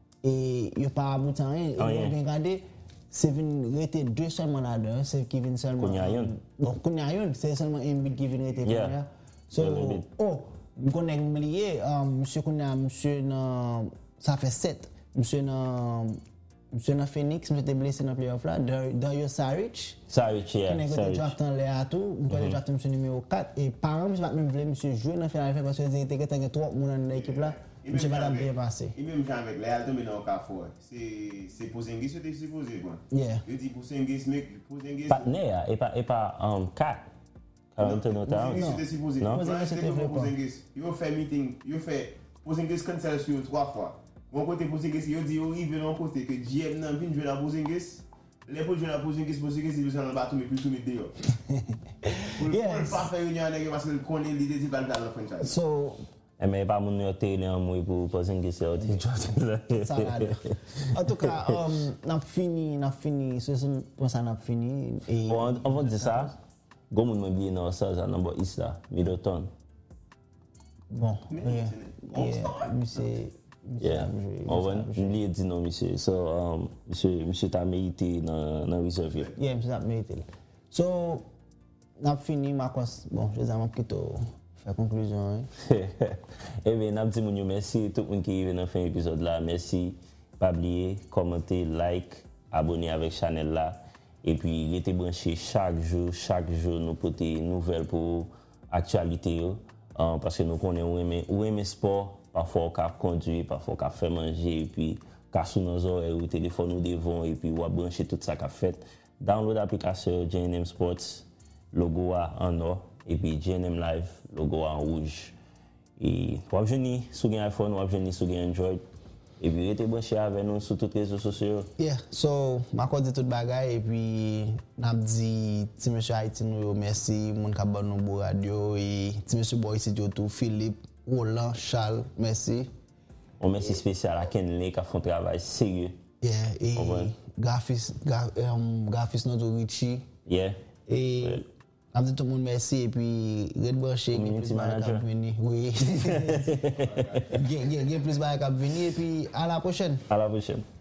Speaker 2: Et il n'y a pas abouti à rien. Et
Speaker 4: Rien.
Speaker 2: vous regardez, c'est venu rester deux seulement là-dedans, c'est qui vient seulement.
Speaker 4: Kounia yon.
Speaker 2: Bon, Kounia yon, c'est seulement Embiid qui vient rester
Speaker 4: Yeah.
Speaker 2: Kounia. So,
Speaker 4: Yeah, Embiid.
Speaker 2: oh, je connais oublié, monsieur Kounia, monsieur, dans- ça fait sept. Monsieur dans Monsieur dans Phoenix, monsieur était blessé dans le playoff là, Dario Saric.
Speaker 4: Saric,
Speaker 2: Qui
Speaker 4: yeah.
Speaker 2: n'est pas
Speaker 4: Saric.
Speaker 2: draft en l'air à tout, on peut drafter monsieur numéro quatre. Et par exemple, monsieur va même voulu monsieur jouer dans le final parce qu'il était que t'as trois moun dans l'équipe là, monsieur va bien passer.
Speaker 5: Et même genre avec Léal tombé dans le cas fort. C'est c'est Porzingis qui était supposé quoi.
Speaker 2: Yeah.
Speaker 5: Il dit Porzingis mec Porzingis.
Speaker 4: Partenaire et pas et pas um quatre. Antonio Towns.
Speaker 5: Porzingis était supposé.
Speaker 4: Non.
Speaker 5: Porzingis
Speaker 2: Porzingis
Speaker 5: était
Speaker 2: était
Speaker 5: pour Porzingis. Il a fait meeting, il a fait Porzingis cancel sur trois fois. Mon côté Porzingis, il a dit il arrive dans côté que G M n'a vient jouer dans Porzingis. Les pour jouer dans Porzingis, Porzingis il besoin dans le bateau mais plus tout mettre dehors. Pour
Speaker 2: Yes.
Speaker 5: pas faire une année parce qu'il connaît l'idée de pas dans le franchise.
Speaker 2: So,
Speaker 4: Eh mais pas mon télé en moi pour Porzingis c'est autre chose.
Speaker 2: ça va. En tout cas, um, n'a fini, n'a fini, c'est ça pour ça n'a fini. Et
Speaker 4: Bon, on va dire ça. Go moun m'oublier dans ça ça number East là, Middleton.
Speaker 2: bon, yeah, yeah, monsieur,
Speaker 4: Yeah. On va oublier dire non monsieur. So um monsieur monsieur t'a mérité dans dans réserve.
Speaker 2: yeah, monsieur a mérité. So, n'a fini, Marcos, bon, je vais dire plutôt faire conclusion. Hein.
Speaker 4: Eh bien, n'a dit mon merci tout le monde qui est venu dans fin épisode là. Merci. Pas oublier commenter, like, abonné avec Chanel là. Et puis, restez branché chaque jour, chaque jour, nous porter nouvelles pour actualité. Euh, parce que nous connaissons où aimer sport, parfois on peut conduire, parfois on peut faire manger, et puis on peut sous nos oreilles ou téléphone ou devant, et puis on va brancher tout ça qu'on fait. Download l'application J N M Sports, logo en or, et puis J N M Live, logo en rouge. Et on va venir sur un iPhone, on va venir sur un Android. Et puis, restez branché avec nous sur tous les réseaux sociaux.
Speaker 2: Yeah, so, ma kwa di tout bagay, et puis, nap di, ti monsieur Haïti nou yo, merci, moun ka bon nou bo radio, et ti monsieur boy si yo tout, Philippe, Roland, Charles, merci.
Speaker 4: On merci spécial à Kenley qui a fait un travail sérieux.
Speaker 2: Yeah, et graphiste, gra, um, graphiste notre Richie.
Speaker 4: Yeah.
Speaker 2: Et, yeah. Nap di tout moun merci, et puis, red branché,
Speaker 4: community manager.
Speaker 2: Oui. Gen plus bagay kap vini, et puis, à la prochaine.
Speaker 4: À la prochaine.